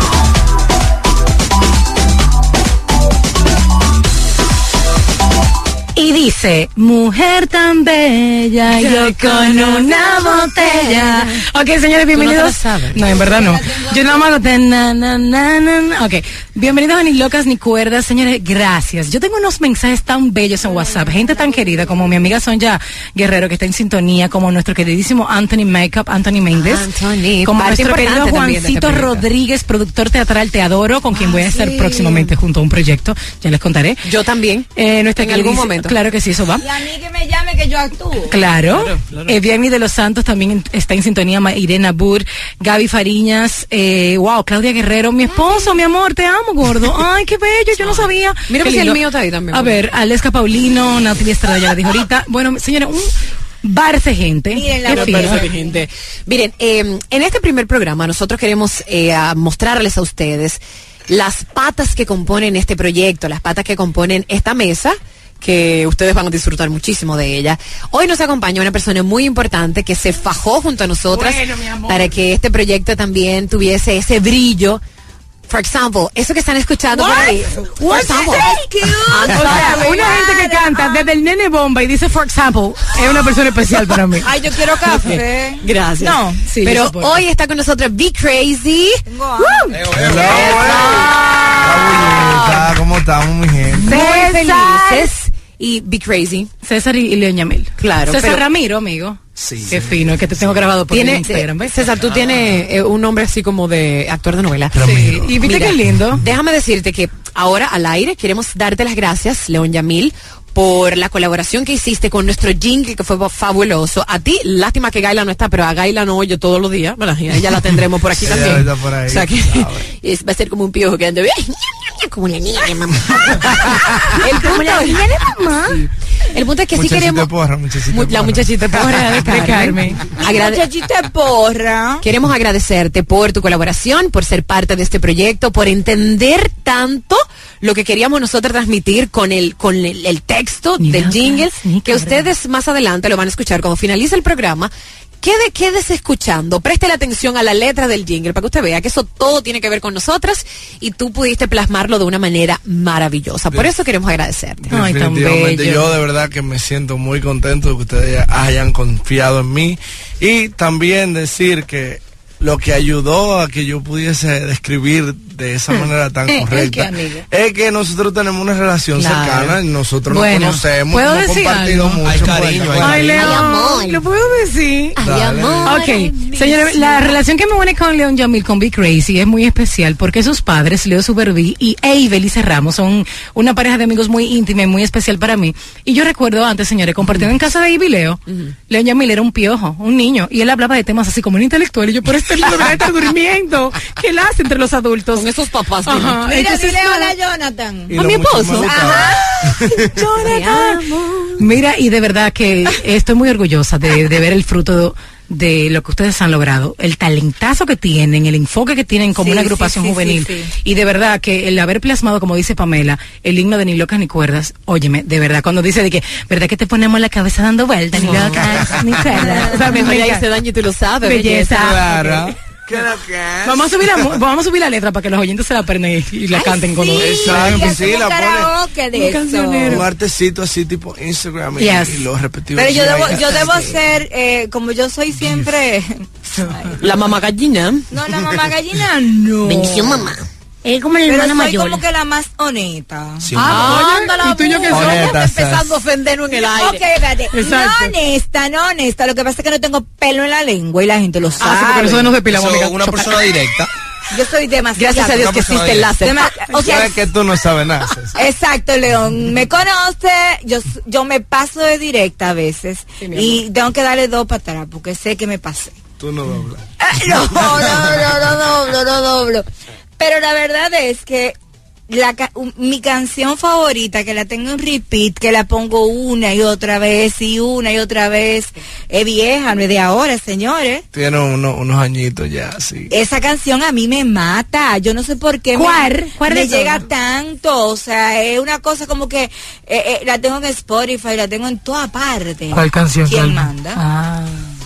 Y dice, mujer tan bella, yo con una botella. Ok, señores, bienvenidos. te la sabes. No, en verdad no. Yo nada más lo tengo. Na, na, na, na, na. Ok, bienvenidos a Ni Locas Ni Cuerdas. Señores, gracias. Yo tengo unos mensajes tan bellos en WhatsApp. Gente tan querida como mi amiga Sonja Guerrero, que está en sintonía, como nuestro queridísimo Anthony Makeup, Anthony Méndez. Anthony, como parte nuestro querido importante también de este Juancito proyecto. Rodríguez, productor teatral Te Adoro, con quien voy a estar sí. próximamente junto a un proyecto. Ya les contaré. Yo también. Eh, nuestra En algún queridísima- momento. Claro que sí, eso va. Y a mí que me llame que yo actúo. Claro, Eh, Vianney de los Santos también en- está en sintonía, Ma- Irena Bur, Gaby Fariñas, eh, wow, Claudia Guerrero, mi esposo, mi amor, te amo, gordo. Ay, qué bello, yo no sabía. Mira Qué que si el lindo. mío está ahí también. A ver, Aleska Paulino, Natalia Estrada ya la dijo ahorita. Bueno, señores, un bar de gente. Miren la Qué botella. fino. Parece, gente. Miren, eh, en este primer programa nosotros queremos eh, a mostrarles a ustedes las patas que componen este proyecto, las patas que componen esta mesa, que ustedes van a disfrutar muchísimo de ella. Hoy nos acompaña una persona muy importante que se fajó junto a nosotras Bueno, mi amor. para que este proyecto también tuviese ese brillo. For example, eso que están escuchando por ahí. For example. O sea, una gente que canta desde el nene bomba y dice, for example, es una persona especial para mí. Ay, yo quiero café. Gracias. No, sí, yo pero soporto. hoy está con nosotros Be Crazy. Tengo hambre. Hola, ¿cómo estamos, mi gente? Muy César. felices. Y Be Crazy. César y, y León Yamil. Claro, César pero- Ramiro, amigo. Sí. Qué fino, es que te tengo grabado por Tiene, Instagram, ¿ves? César, tú tienes eh, un nombre así como de actor de novela. Sí, y viste Mira, qué lindo. Déjame decirte que ahora al aire queremos darte las gracias, León Yamil, por la colaboración que hiciste con nuestro jingle, que fue fabuloso. A ti, lástima que Gaila no está, pero a Gaila no oye todos los días. Bueno, y a ella la tendremos por aquí Ella también. está por ahí, o sea que sabe. es- va a ser como un piojo que anda. como la niña de mamá. El punto, la niña de mamá. Sí. El punto es que muchachita sí queremos... Porra, muchachita mu- la porra. muchachita porra de Carmen. Carmen. Agrade- Muchachita porra. Queremos agradecerte por tu colaboración, por ser parte de este proyecto, por entender tanto lo que queríamos nosotros transmitir con el con el, el texto Ni del locas, jingle, ni que cabras. ustedes más adelante lo van a escuchar cuando finalice el programa. Quede, quédese escuchando, preste la atención a la letra del jingle para que usted vea que eso todo tiene que ver con nosotras y tú pudiste plasmarlo de una manera maravillosa. Por eso queremos agradecerte. Ay, tan Definitivamente, bello. yo de verdad que me siento muy contento de que ustedes hayan confiado en mí y también decir que lo que ayudó a que yo pudiese describir de esa manera tan ¿El correcta qué, amigo? es que nosotros tenemos una relación Claro. cercana, nosotros Bueno, nos conocemos, ¿puedo hemos decir compartido algo? mucho. Hay por cariño, acá. hay Ay, León, amor. ¿lo puedo decir? Ay, Dale. amor. Ok, señores, la relación que me une con León Yamil, con Be Crazy, es muy especial porque sus padres, Leo Superví y Eivelice Ramos, son una pareja de amigos muy íntima y muy especial para mí. Y yo recuerdo antes, señores, compartiendo en casa de Ivy y Leo, León Yamil era un piojo, un niño, y él hablaba de temas así como un intelectual, y yo, por este niño debería estar durmiendo. ¿Qué él hace entre los adultos? Con esos papás. Ajá, Mira, entonces, dile hola nada. a Jonathan. Y A lo mi mucho esposo. me gustaba. Jonathan. Mira, y de verdad que estoy muy orgullosa de, de ver el fruto de lo que ustedes han logrado, el talentazo que tienen, el enfoque que tienen como Sí, una sí, agrupación sí, juvenil. sí, sí. Y de verdad que el haber plasmado, como dice Pamela, el himno de Ni Locas Ni Cuerdas, óyeme, de verdad, cuando dice de que, ¿verdad que te ponemos la cabeza dando vueltas? Ni locas ni cuerdas. O sea, me Mejor ya encanta. hice daño y tú lo sabes. Belleza. Claro. ¿Qué es lo que es? Vamos a subir la, mu- vamos a subir la letra para que los oyentes se la aprendan y, y la Ay, canten con sí, nosotros. Exacto, y sí, hacemos la pone- karaoke de Un eso. cancionero. Un artecito así tipo Instagram y, Yes. y lo repetimos. Pero yo así debo, ahí. yo debo ser, eh, como yo soy siempre... La mamá gallina. No, la mamá gallina no. Bendición, mamá. Es como la Pero hermana soy mayor. como que la más honesta. Sí, Ah, ándala, ¿y tú y yo qué mujer, somos? ya está Honesta, empezando a ofendernos en el aire. Ok, espérate. No Exacto. honesta, no honesta. Lo que pasa es que no tengo pelo en la lengua y la gente lo Ah, sí, sabe. por eso nos depilamos. Eso, amiga. una persona directa. Yo soy demasiado... Gracias a Dios que existe el láser. Dema- o sea, Sabes que tú no sabes nada. César. exacto, León. Me conoce, yo, yo me paso de directa a veces. Sí, mi Y tengo que darle dos para atrás porque sé que me pasé. Tú no doblas. Eh, No, no, no, no doblo, no doblo. Pero la verdad es que la, ca- u- mi canción favorita, que la tengo en repeat, que la pongo una y otra vez y una y otra vez, es vieja, no es de ahora, señores. Tiene uno- unos añitos ya, sí. Esa canción a mí me mata, yo no sé por qué ¿Cuál? me, ¿Cuál me de llega todas? tanto, o sea, es una cosa como que eh, eh, la tengo en Spotify, la tengo en toda parte. ¿Cuál canción? ¿Quién Calma? manda? Ah.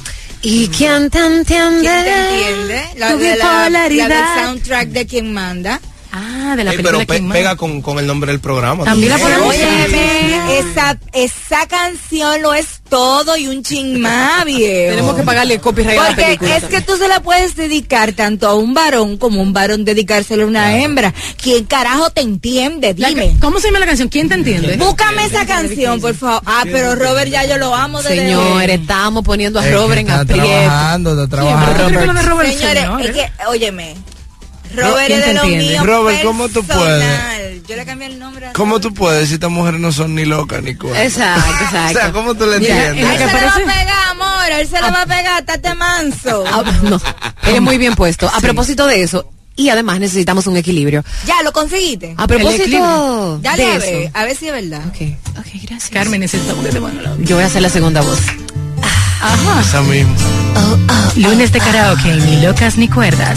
¿Y quién te entiende? ¿Quién te entiende? La, Tu de la, la bipolaridad. del soundtrack de ¿Quién manda? Ah, de la Ey, película pero pe- King Man. pega con, con el nombre del programa. También la también. ponemos. Óyeme, esa, esa canción lo es todo y un ching más, viejo. Tenemos que pagarle copyright a la Porque película. es que tú se la puedes dedicar tanto a un varón como un varón dedicárselo a una hembra. ¿Quién carajo te entiende? La Dime. ca- ¿Cómo se llama la canción? ¿Quién te entiende? Búscame esa canción, por favor. Ah, pero Robert ya yo lo amo desde... Señores, estamos poniendo a Es que Robert en está aprieto. trabajando, está Pero trabajando. tú eres lo de Robert, Señores, señores. es que, óyeme, Robert ¿quién es te de lo entiende? mío Robert, ¿cómo tú personal. Yo le cambié el nombre a ¿Cómo tú puedes decir estas mujeres no son ni locas ni cuerdas? Exacto, O exacto. sea, ¿cómo tú le Mira, entiendes? A él que se le va a parece- pegar, amor, a él se le va a pegar, estate manso. Ah, no, él es muy bien puesto. A propósito de eso, y además necesitamos un equilibrio. Ya, ¿lo conseguiste? A propósito equilibrio. Dale de a ver, eso. a ver si es verdad. Ok, ok, gracias. Carmen, necesitamos que te ponga la... Yo voy a hacer la segunda voz. Ajá. Esa misma. Lunes de karaoke, ni locas ni cuerdas.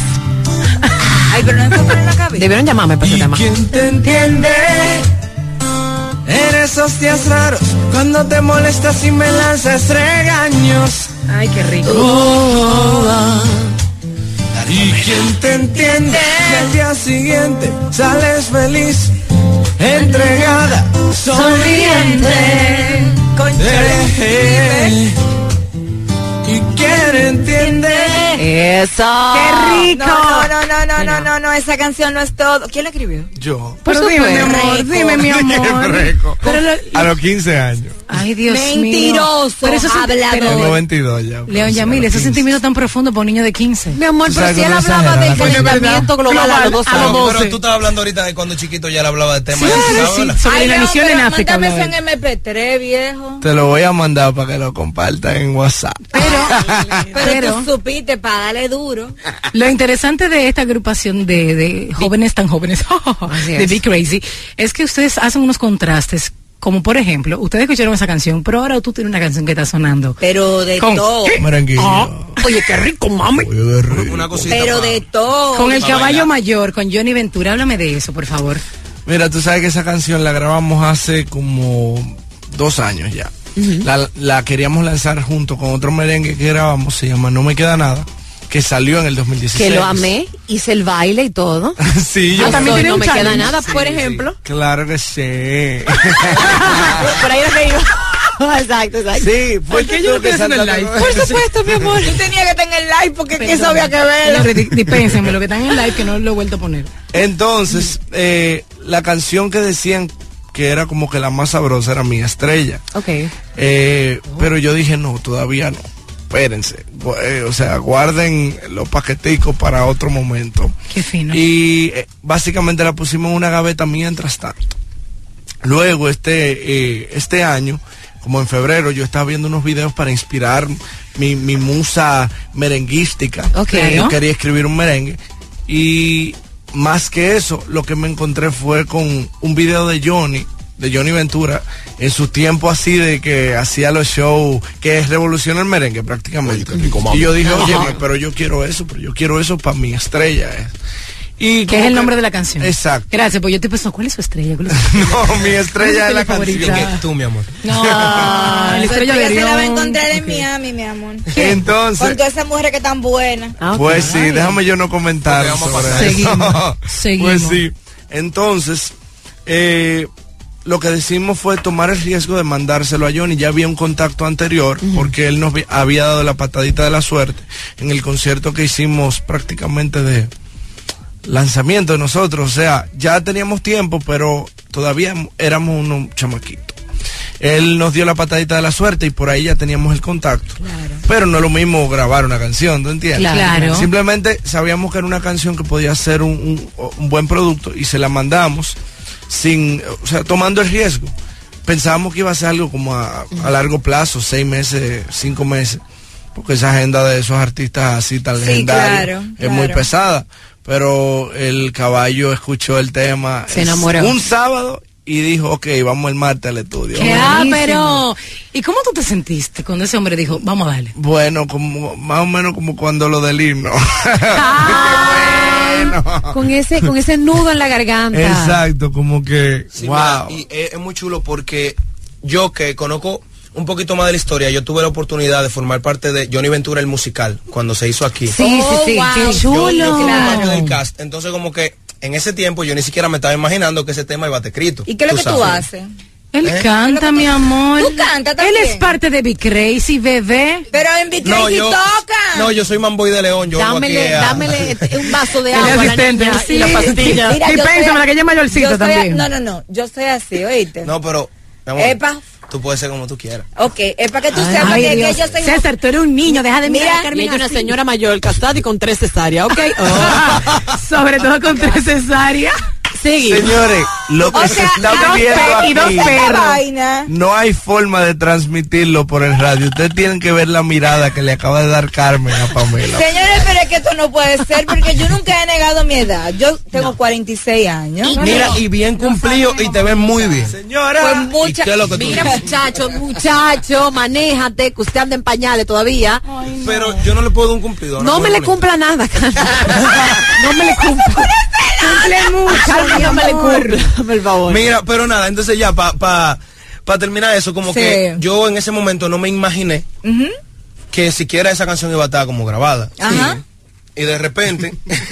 Ay, pero no enfocan en la cabeza. Debieron llamarme para ese tema. ¿Quién te entiende? En esos días raros, cuando te molestas y me lanzas regaños. Ay, qué rico. Oh, ¿y quién te entiende? Y al día siguiente sales feliz, entregada, sonriente. Eh, eh. ¿Y quién entiende? Eso. ¡Qué rico! No, no, no, no, no, no, no, esa canción no es todo. ¿Quién la escribió? Yo. Por Pero dime, mi supuesto. amor, dime, mi amor. Qué rico. Pero lo- A los quince años. Ay, Dios mío. Mentiroso, Pero eso es- hablador. pero- Tengo veintidós ya. León Yamil, ese sentimiento tan profundo para un niño de quince. Mi amor, pero Exacto, si él no hablaba exagera, del la cosa. calentamiento global, a los dos a los años. doce. Pero tú estabas hablando ahorita de cuando chiquito ya le hablaba de temas. Claro, ¿sabes, sí, verdad? sobre Ay, la no, misión pero en África. mándame una eso en vez. eme pe tres, viejo. Te lo voy a mandar para que lo compartas en WhatsApp. Pero, pero, Pero- tú supiste para darle duro. Lo interesante de esta agrupación de, de jóvenes tan jóvenes, de Be Crazy, es que ustedes hacen unos contrastes. Como por ejemplo, ustedes escucharon esa canción, pero ahora tú tienes una canción que está sonando. Pero de con, todo. Ah, oye, qué rico, mami. Oye, qué rico. Una cosita pero pa. de todo. Con el caballo mayor, con Johnny Ventura. Háblame de eso, por favor. Mira, tú sabes que esa canción la grabamos hace como dos años ya. Uh-huh. la, la queríamos lanzar junto con otro merengue que grabamos, se llama No Me Queda Nada, que salió en el dos mil dieciséis. Que lo amé, hice el baile y todo. Sí, yo ah, también soy, no me challenge. queda nada, sí, por sí, ejemplo. Sí. Claro que sí. Por ahí era que iba. Exacto, exacto. Sí, ¿por qué yo no estoy haciendo el live? Por supuesto, mi amor. Tú tenías que estar en el live porque que eso había que verlo. Dispénsenme, lo que están en el live que no lo he vuelto a poner. Entonces, eh, la canción que decían que era como que la más sabrosa era Mi Estrella. Ok. Eh, oh. Pero yo dije, no, todavía no. Espérense, eh, o sea, guarden los paqueticos para otro momento. Qué fino. Y eh, básicamente la pusimos en una gaveta mientras tanto. Luego, este, eh, este año, como en febrero, yo estaba viendo unos videos para inspirar mi, mi musa merenguística. Okay. Yo quería escribir un merengue. Y más que eso, lo que me encontré fue con un video de Johnny, de Johnny Ventura, en su tiempo así de que hacía los shows, que revolucionó el merengue prácticamente. Oye, rico, y yo dije, oye, pero yo quiero eso, pero yo quiero eso para mi estrella. Eh. Y ¿qué es el que, nombre de la canción? Exacto. Gracias, pues yo te pensé, ¿cuál es su estrella? ¿Cuál es su estrella? No, mi estrella es la favorita. canción. Tú, mi amor. No, la estrella de Dios. Se la va a encontrar okay. en Miami, mi amor. Entonces. Con todas esas mujeres que están buenas. Okay. Pues sí, déjame yo no comentar sobre eso. Seguimos. Seguimos. Pues sí. Entonces, eh, lo que decimos fue tomar el riesgo de mandárselo a Johnny. Ya había un contacto anterior, uh-huh. porque él nos había dado la patadita de la suerte en el concierto que hicimos prácticamente de lanzamiento de nosotros. O sea, ya teníamos tiempo, pero todavía éramos unos chamaquitos. Él nos dio la patadita de la suerte y por ahí ya teníamos el contacto. Claro. Pero no es lo mismo grabar una canción, ¿tú entiendes? Claro. Simplemente sabíamos que era una canción que podía ser un, un, un buen producto y se la mandamos sin, o sea, tomando el riesgo. Pensábamos que iba a ser algo como a, a largo plazo, seis meses, cinco meses, porque esa agenda de esos artistas así tan sí, legendarios claro, es claro. muy pesada. Pero el caballo escuchó el tema se enamoró un sábado y dijo, ok, vamos el martes al estudio. ¿Qué? Ah, pero ¿y cómo tú te sentiste cuando ese hombre dijo, vamos a darle? Bueno, como más o menos como cuando lo del himno. Ah, bueno. Con ese, con ese nudo en la garganta. Exacto, como que sí, wow. Mira, y es, es muy chulo porque yo que conozco un poquito más de la historia, yo tuve la oportunidad de formar parte de Johnny Ventura el musical cuando se hizo aquí. Sí, oh, sí, sí, wow. Qué chulo. Yo, yo fui claro. parte del cast, entonces como que en ese tiempo yo ni siquiera me estaba imaginando que ese tema iba a estar escrito. ¿Y qué es lo que sabes? tú haces? Él ¿Eh? canta, mi amor. Tú cantas también. Él es parte de Be Crazy, bebé. Pero en Be Crazy no, yo, toca. No, yo soy Manboy de León. Yo dámele, a... dámele un vaso de agua. El asistente, la sí, la pastilla. Mira, y pénsame la que ella es mayorcita también. A, no, no, no. Yo soy así, oíste. No, pero, mi amor, Epa. tú puedes ser como tú quieras. Ok, es para que tú ay, sepas ay, que, Dios. que yo soy... César, tú eres un niño, deja de mirar a Carmen. Y ella una señora mayor, casada y con tres cesáreas, ¿ok? Oh. Sobre todo con tres cesáreas. Seguimos. Señores, lo que o se sea, está y viviendo dos aquí, y dos perros. No hay forma de transmitirlo por el radio. Ustedes tienen que ver la mirada que le acaba de dar Carmen a Pamela. Señores, pero es que esto no puede ser porque yo nunca he negado mi edad. Yo tengo no. cuarenta y seis años. Y, mira, y bien cumplido y te ves muy bien. Señora. Pues mucha, ¿qué es lo que tú mira, dices? muchacho, muchacho, manéjate, que usted anda en pañales todavía. Ay, no. Pero yo no le puedo dar un cumplido. No, no me le cumpla nada, no me le cumpla. Cumple mucho, no me le cumpla, por favor. Mira, pero nada, entonces ya, para pa, pa terminar eso, como sí. que yo en ese momento no me imaginé uh-huh. que siquiera esa canción iba a estar como grabada. Ajá. Y de repente,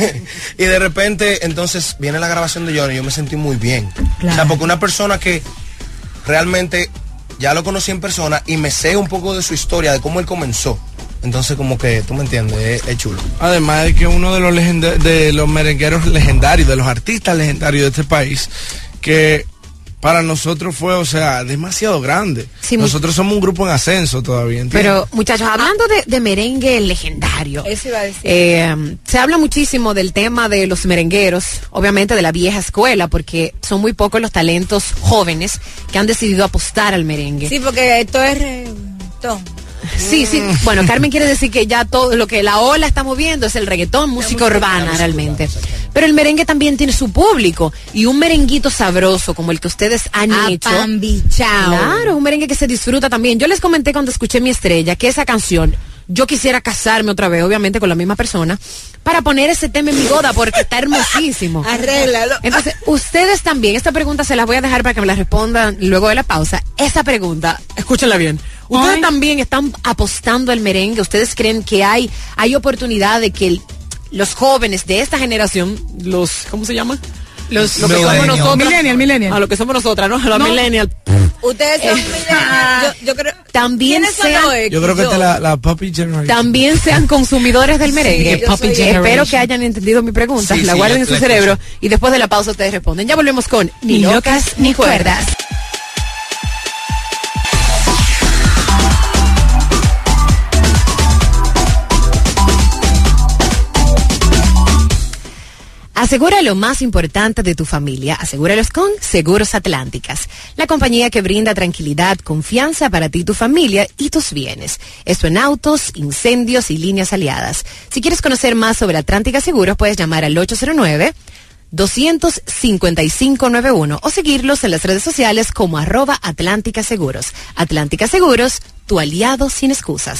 y de repente, entonces viene la grabación de Johnny y yo me sentí muy bien. Claro. O sea, porque una persona que realmente ya lo conocí en persona y me sé un poco de su historia, de cómo él comenzó. Entonces, como que, tú me entiendes, es, es chulo. Además de que uno de los legenda- de los merengueros legendarios, de los artistas legendarios de este país, que para nosotros fue, o sea, demasiado grande. Sí, nosotros somos un grupo en ascenso todavía, ¿entiendes? Pero, muchachos, hablando de, de merengue legendario, eso iba a decir. Eh, se habla muchísimo del tema de los merengueros, obviamente de la vieja escuela, porque son muy pocos los talentos jóvenes que han decidido apostar al merengue. Sí, porque esto es reggaetón. Sí, sí. Bueno, Carmen quiere decir que ya todo lo que la ola está moviendo es el reggaetón, música urbana realmente. Pero el merengue también tiene su público y un merenguito sabroso como el que ustedes han hecho. Apambichao. Claro, un merengue que se disfruta también. Yo les comenté cuando escuché Mi Estrella que esa canción, yo quisiera casarme otra vez, obviamente con la misma persona, para poner ese tema en mi boda porque está hermosísimo. Arréglalo. Entonces, ustedes también, esta pregunta se las voy a dejar para que me la respondan luego de la pausa. Esa pregunta, escúchenla bien. Ustedes Ay. también están apostando al merengue. ¿Ustedes creen que hay, hay oportunidad de que el, los jóvenes de esta generación, los, ¿cómo se llama? Los, lo que somos nosotros. Millennial, millennial. A lo que somos nosotras, ¿no? A los no. millennial. Ustedes son eh, millennials. Yo, yo creo. También sean. Yo creo que esta es la, la Puppy Generation. También sean consumidores del merengue. Sí, Puppy Espero que hayan entendido mi pregunta. Sí, la sí, guarden la, en su la cerebro. escucho. Y después de la pausa ustedes responden. Ya volvemos con Ni locas ni cuerdas. Asegura lo más importante de tu familia. Asegúralos con Seguros Atlánticas, la compañía que brinda tranquilidad, confianza para ti, tu familia y tus bienes. Esto en autos, incendios y líneas aliadas. Si quieres conocer más sobre Atlántica Seguros, puedes llamar al ocho cero nueve, dos cinco cinco, nueve uno o seguirlos en las redes sociales como arroba Atlántica Seguros. Atlántica Seguros, tu aliado sin excusas.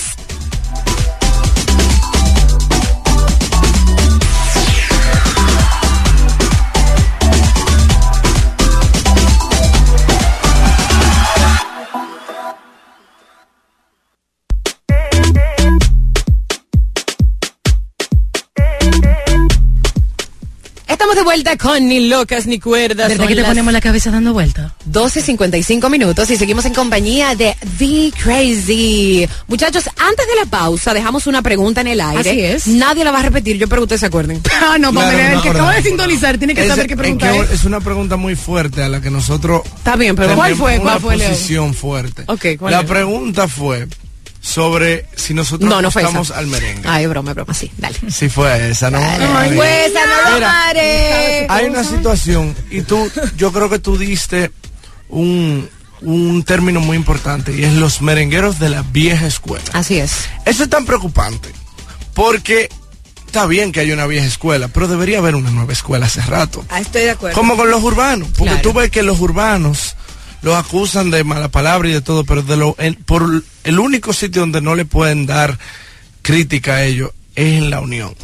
Estamos de vuelta con Ni locas ni cuerdas. ¿Verdad que te ponemos la cabeza dando vuelta? doce cincuenta y cinco minutos y seguimos en compañía de The Crazy. Muchachos, antes de la pausa dejamos una pregunta en el aire. Así es. Nadie la va a repetir, yo espero que ustedes se acuerden. Ah, no, Claro, Pamela, no el que acaba de sintonizar tiene que Es- saber qué pregunta es. es. que es una pregunta muy fuerte a la que nosotros Está bien, pero ¿cuál tenemos fue? ¿Cuál una fue, Leo? posición fuerte. Ok, ¿cuál La es? pregunta fue sobre si nosotros No, no fue apostamos esa. al merengue. Ay, broma, broma, sí, dale. Si fue esa, ¿no? Ay, pues, esa no lo Mira, mare. Hay una situación y tú, yo creo que tú diste un, un término muy importante y es los merengueros de la vieja escuela. Así es. Eso es tan preocupante porque está bien que haya una vieja escuela, pero debería haber una nueva escuela hace rato. Ah, estoy de acuerdo. Como con los urbanos, porque Claro. tú ves que los urbanos los acusan de mala palabra y de todo, pero de lo, el, por el único sitio donde no le pueden dar crítica a ellos es en la unión.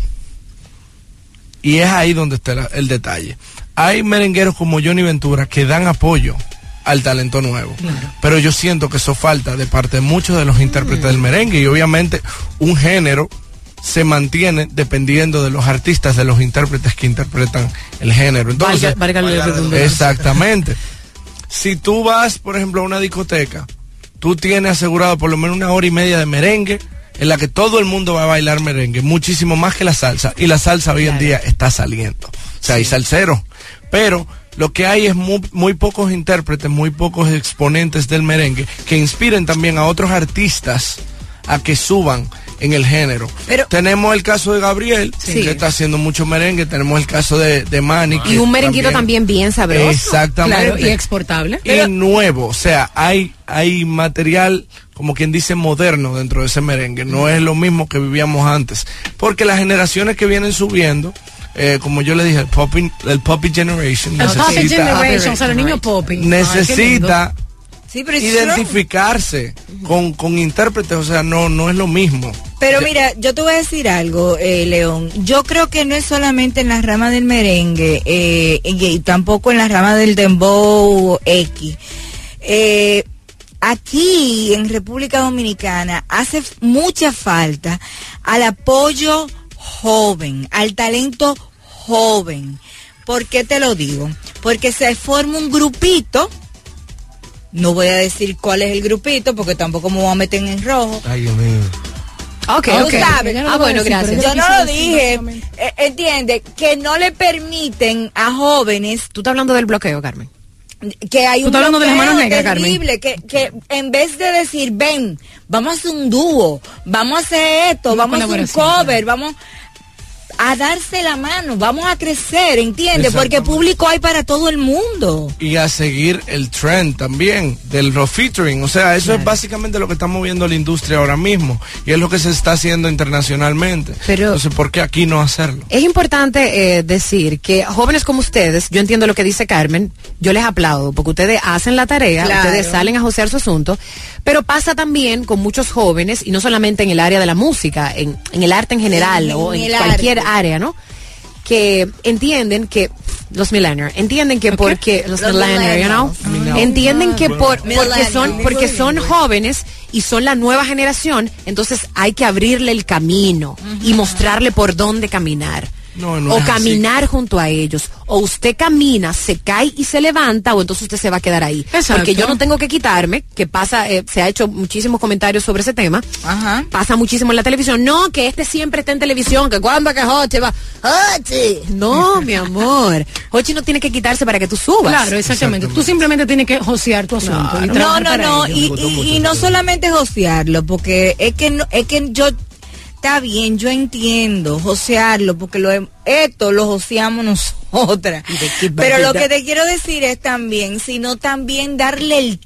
Y es ahí donde está la- el detalle. Hay merengueros como Johnny Ventura que dan apoyo al talento nuevo, claro. Pero yo siento que eso falta de parte de muchos de los intérpretes del merengue y obviamente un género se mantiene dependiendo de los artistas, de los intérpretes que interpretan el género. Entonces, Valga- valga la redundancia. exactamente. Si tú vas, por ejemplo, a una discoteca, tú tienes asegurado por lo menos una hora y media de merengue en la que todo el mundo va a bailar merengue, muchísimo más que la salsa. Y la salsa hoy en día está saliendo. O sea, hay salseros. Pero lo que hay es muy, muy pocos intérpretes, muy pocos exponentes del merengue que inspiren también a otros artistas a que suban en el género. Pero- tenemos el caso de Gabriel, Sí. que está haciendo mucho merengue, tenemos el caso de, de Manny. Y un merenguito también bien sabroso. Exactamente. Claro, y exportable. Y nuevo, o sea, hay, hay material, como quien dice, moderno dentro de ese merengue. No es lo mismo que vivíamos antes. Porque las generaciones que vienen subiendo, eh, como yo le dije, el Poppy, el Poppy Generation El Poppy necesita, Generation, o sea, los niños poppy. necesita Sí, pero es identificarse con, con intérpretes, o sea, no, no es lo mismo. Pero mira, yo te voy a decir algo, eh, León. Yo creo que no es solamente en la rama del merengue, eh, y, y tampoco en la rama del dembow X. Eh, aquí en República Dominicana hace f- mucha falta al apoyo joven, al talento joven. ¿Por qué te lo digo? Porque se forma un grupito. No voy a decir cuál es el grupito porque tampoco me voy a meter en rojo. Ay, Dios mío. Ok, Tú ok. sabes. Ah, bueno, gracias. Yo no lo dije, eh, entiende, que no le permiten a jóvenes Tú estás hablando del bloqueo, Carmen. que hay Tú un estás hablando de las bloqueo manos negras, Carmen. terrible, que, que en vez de decir, ven, vamos a hacer un dúo, vamos a hacer esto, Una vamos a hacer un colaboración, cover, vamos... a darse la mano, vamos a crecer, ¿entiendes? Porque público hay para todo el mundo. Y a seguir el trend también del rock featuring, o sea, eso claro. es básicamente lo que está moviendo la industria ahora mismo y es lo que se está haciendo internacionalmente. Pero entonces, ¿por qué aquí no hacerlo? Es importante eh, decir que jóvenes como ustedes, yo entiendo lo que dice Carmen, yo les aplaudo porque ustedes hacen la tarea, claro. ustedes salen a josear su asunto, pero pasa también con muchos jóvenes y no solamente en el área de la música, en, en el arte en general sí, o en, en cualquier arte. área, ¿no? Que entienden que los millennials entienden que okay. porque los, los millennials, you know, no. entienden que por porque son porque son jóvenes y son la nueva generación, entonces hay que abrirle el camino uh-huh. y mostrarle por dónde caminar. No, no o caminar así. junto a ellos, o usted camina, se cae y se levanta, o entonces usted se va a quedar ahí. Exacto. Porque yo no tengo que quitarme, que pasa, eh, se ha hecho muchísimos comentarios sobre ese tema, Ajá. pasa muchísimo en la televisión, no, que este siempre está en televisión, que cuando que Hochi va, Hochi, no, mi amor, Hochi no tiene que quitarse para que tú subas. Claro, exactamente, exactamente. Tú simplemente tienes que josear tu asunto. Claro. Y no, no, no, y, y, y no solamente josearlo, porque es que, no, es que yo... Está bien, yo entiendo, josearlo, porque lo, esto lo joseamos nosotras. Pero lo que te quiero decir es también, sino también darle el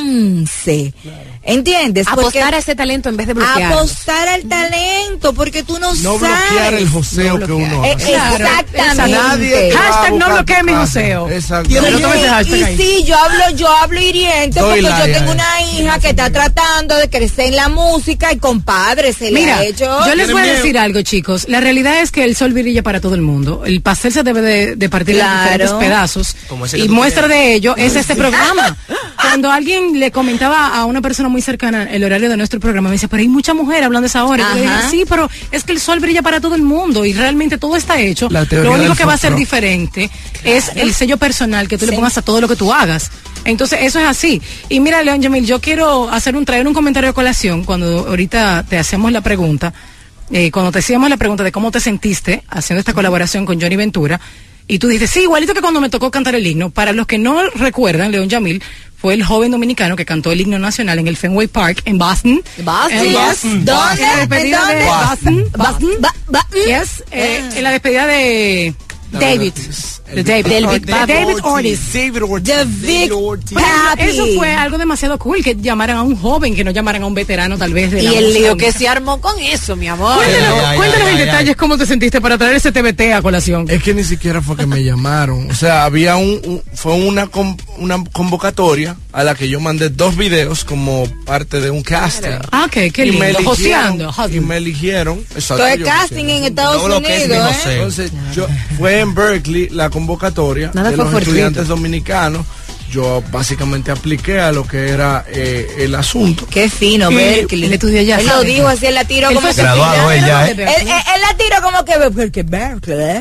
chance. Claro. ¿Entiendes? Apostar porque a ese talento en vez de bloquear. Apostar al talento, porque tú no, no sabes. No bloquear el joseo no que uno hace. Claro, exactamente. Nadie hashtag no bloquee mi joseo. Exacto. Y, y, y sí, yo hablo, yo hablo hiriente Doy porque yo tengo una hija que está tratando de crecer en la música y compadre, se Mira, le ha hecho. Yo les voy a decir algo, chicos. La realidad es que el sol brilla para todo el mundo. El pastel se debe de, de partir claro. en diferentes pedazos. Y muestra quieres. de ello es este programa. Cuando alguien le comentaba a una persona muy cercana el horario de nuestro programa, me dice, pero hay mucha mujer hablando de esa hora. Y yo dije, sí, pero es que el sol brilla para todo el mundo y realmente todo está hecho. Lo único que va a ser diferente claro. es el sello personal que tú sí. le pongas a todo lo que tú hagas. Entonces, eso es así. Y mira, León Yamil, yo quiero hacer un traer un comentario a colación cuando ahorita te hacemos la pregunta. Eh, cuando te hacíamos la pregunta de cómo te sentiste haciendo esta colaboración con Johnny Ventura, y tú dices, sí, igualito que cuando me tocó cantar el himno. Para los que no recuerdan, León Yamil fue el joven dominicano que cantó el himno nacional en el Fenway Park en Boston. Boston, en Boston. ¿Dónde? En la despedida de Boston. Boston. Boston. Yes. Eh, en la despedida de David. De David, David, David, David Ortiz. David Ortiz. David Ortiz. Bueno, eso fue algo demasiado cool, que llamaran a un joven, que no llamaran a un veterano tal vez de la Y el lío que se armó con eso, mi amor. Cuéntanos, ay, ay, cuéntanos ay, en ay, detalles ay. cómo te sentiste para traer ese T B T a colación. Es que ni siquiera fue que me llamaron. O sea, había un, un fue una com, una convocatoria a la que yo mandé dos videos como parte de un casting. Ah, ok, qué lindo. Y me eligieron, Joseando. y me eligieron. Exacto. Todo el casting en Estados no, Unidos, ¿eh? Entonces, yo, fue en Berkeley la convocatoria Nada de los estudiantes dominicanos. Yo básicamente apliqué a lo que era eh, el asunto. Qué fino, Berkeley. Él estudió ya. Él lo dijo así, él la tiró como que... Graduado ella, ¿eh? Él, él, él la tiró como que... Porque Berkeley...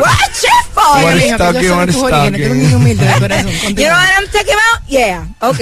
What is talking, what is talking. You know what I'm talking about? Yeah. Ok,